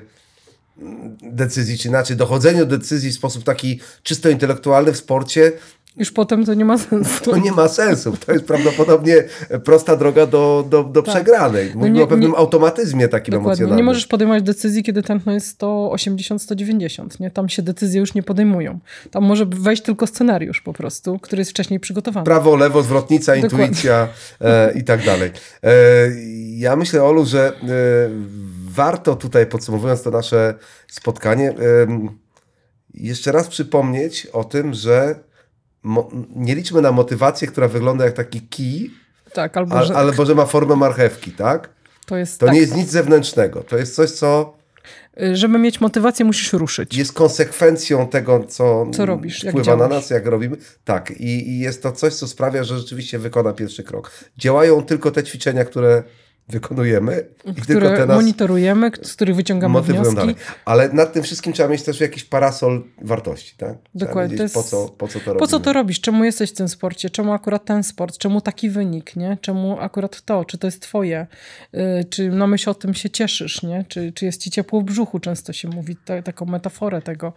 decyzji, czy inaczej dochodzenie do decyzji w sposób taki czysto intelektualny w sporcie, już potem to nie ma sensu. to nie ma sensu. To jest prawdopodobnie prosta droga do przegranej. Mówimy o pewnym automatyzmie takim emocjonalnym. Nie możesz podejmować decyzji, kiedy tętno jest 180, 190. Nie? Tam się decyzje już nie podejmują. Tam może wejść tylko scenariusz po prostu, który jest wcześniej przygotowany. Prawo, lewo, zwrotnica, intuicja i tak dalej. Ja myślę, Olu, że warto tutaj, podsumowując to nasze spotkanie, jeszcze raz przypomnieć o tym, że nie liczmy na motywację, która wygląda jak taki kij, tak, albo że ma formę marchewki, tak? To nie jest nic zewnętrznego. To jest coś, co... Żeby mieć motywację, musisz ruszyć. Jest konsekwencją tego, co robisz, wpływa na nas, jak robimy. Tak, i jest to coś, co sprawia, że rzeczywiście wykona pierwszy krok. Działają tylko te ćwiczenia, które wykonujemy. I które tylko te nas monitorujemy, z których wyciągamy wnioski. Dalej. Ale nad tym wszystkim trzeba mieć też jakiś parasol wartości. Tak? Dokładnie. Po co to robimy. Po co to robisz? Czemu jesteś w tym sporcie? Czemu akurat ten sport? Czemu taki wynik? Nie? Czemu akurat to? Czy to jest twoje? Czy na myśl o tym się cieszysz? Nie? Czy jest ci ciepło w brzuchu? Często się mówi taką metaforę tego.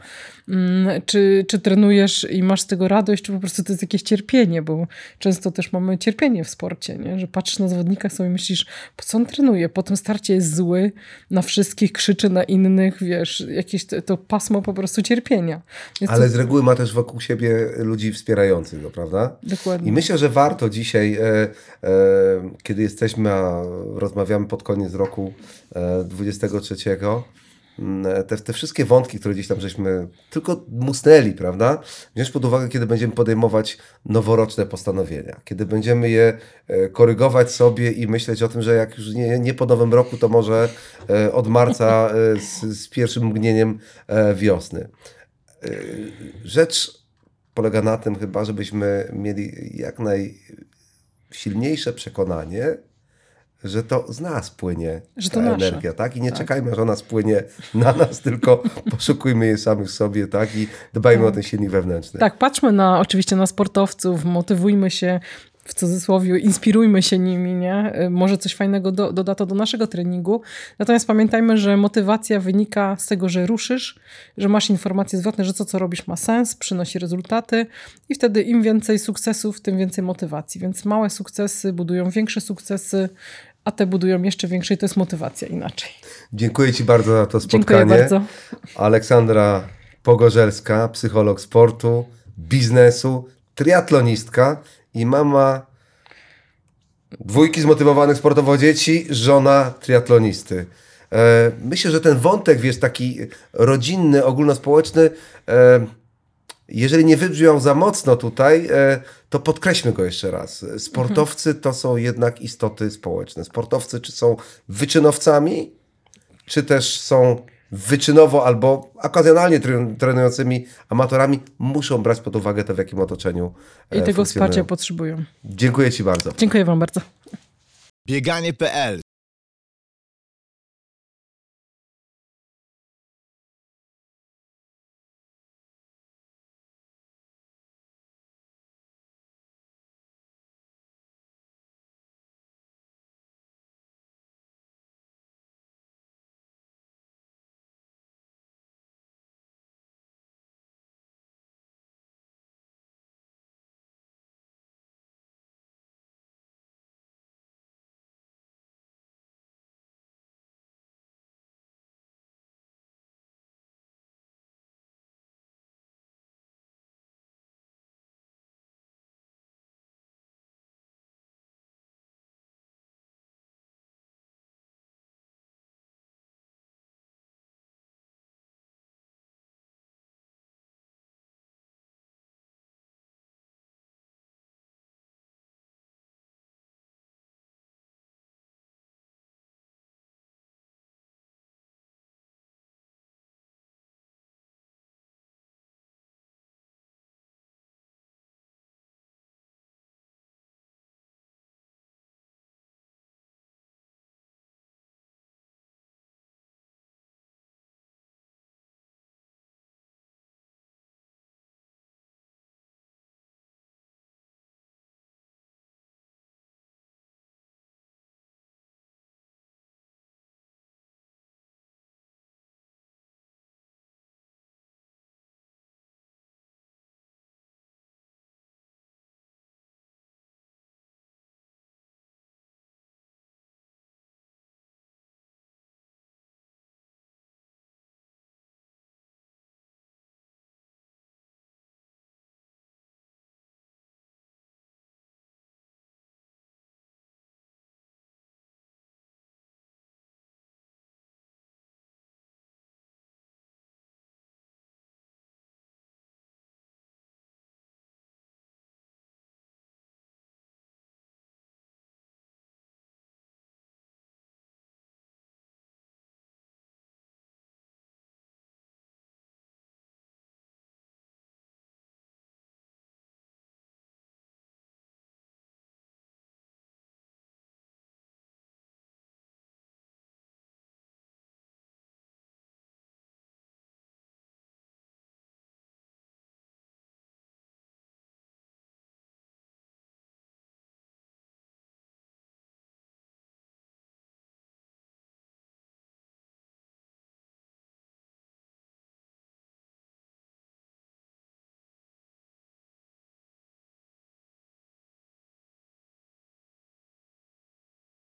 Czy trenujesz i masz z tego radość? Czy po prostu to jest jakieś cierpienie? Bo często też mamy cierpienie w sporcie. Nie? Że patrzysz na zawodnika i sobie myślisz, po co on trenuje? Po tym starcie jest zły, na wszystkich krzyczy, na innych, wiesz, jakieś to pasmo po prostu cierpienia. Ale z reguły ma też wokół siebie ludzi wspierających go, prawda? Dokładnie. I myślę, że warto dzisiaj, kiedy jesteśmy, a rozmawiamy pod koniec roku 23, te wszystkie wątki, które gdzieś tam żeśmy tylko musnęli, prawda? Wziąć pod uwagę, kiedy będziemy podejmować noworoczne postanowienia, kiedy będziemy je korygować sobie i myśleć o tym, że jak już nie po nowym roku, to może od marca z pierwszym mgnieniem wiosny. Rzecz polega na tym chyba, żebyśmy mieli jak najsilniejsze przekonanie, że to z nas płynie ta energia, tak? I nie czekajmy, aż ona spłynie na nas, tylko poszukujmy jej samych w sobie, tak? I dbajmy o ten silnik wewnętrzny. Tak, patrzmy oczywiście na sportowców, motywujmy się, w cudzysłowie, inspirujmy się nimi, nie? Może coś fajnego doda to do naszego treningu. Natomiast pamiętajmy, że motywacja wynika z tego, że ruszysz, że masz informacje zwrotne, że to, co robisz, ma sens, przynosi rezultaty i wtedy im więcej sukcesów, tym więcej motywacji. Więc małe sukcesy budują większe sukcesy, a te budują jeszcze większe i to jest motywacja inaczej. Dziękuję Ci bardzo za to spotkanie. Dziękuję bardzo. Aleksandra Pogorzelska, psycholog sportu, biznesu, triatlonistka i mama 2 zmotywowanych sportowo dzieci, żona triatlonisty. Myślę, że ten wątek, wiesz, taki rodzinny, ogólnospołeczny, jeżeli nie wybrzmiał za mocno tutaj, to podkreślmy go jeszcze raz. Sportowcy to są jednak istoty społeczne. Sportowcy czy są wyczynowcami, czy też są wyczynowo albo okazjonalnie trenującymi amatorami, muszą brać pod uwagę to, w jakim otoczeniu i tego wsparcia potrzebują. Dziękuję Ci bardzo. Dziękuję Wam bardzo. Bieganie.pl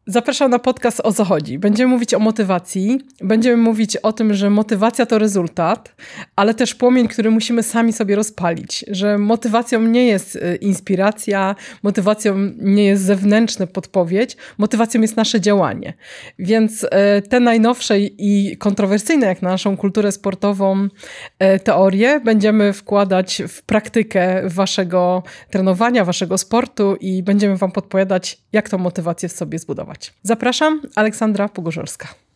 Zapraszam na podcast O co chodzi. Będziemy mówić o motywacji, będziemy mówić o tym, że motywacja to rezultat, ale też płomień, który musimy sami sobie rozpalić, że motywacją nie jest inspiracja, motywacją nie jest zewnętrzna podpowiedź, motywacją jest nasze działanie. Więc te najnowsze i kontrowersyjne jak na naszą kulturę sportową teorie będziemy wkładać w praktykę waszego trenowania, waszego sportu i będziemy wam podpowiadać, jak tą motywację w sobie zbudować. Zapraszam, Aleksandra Pogorzelska.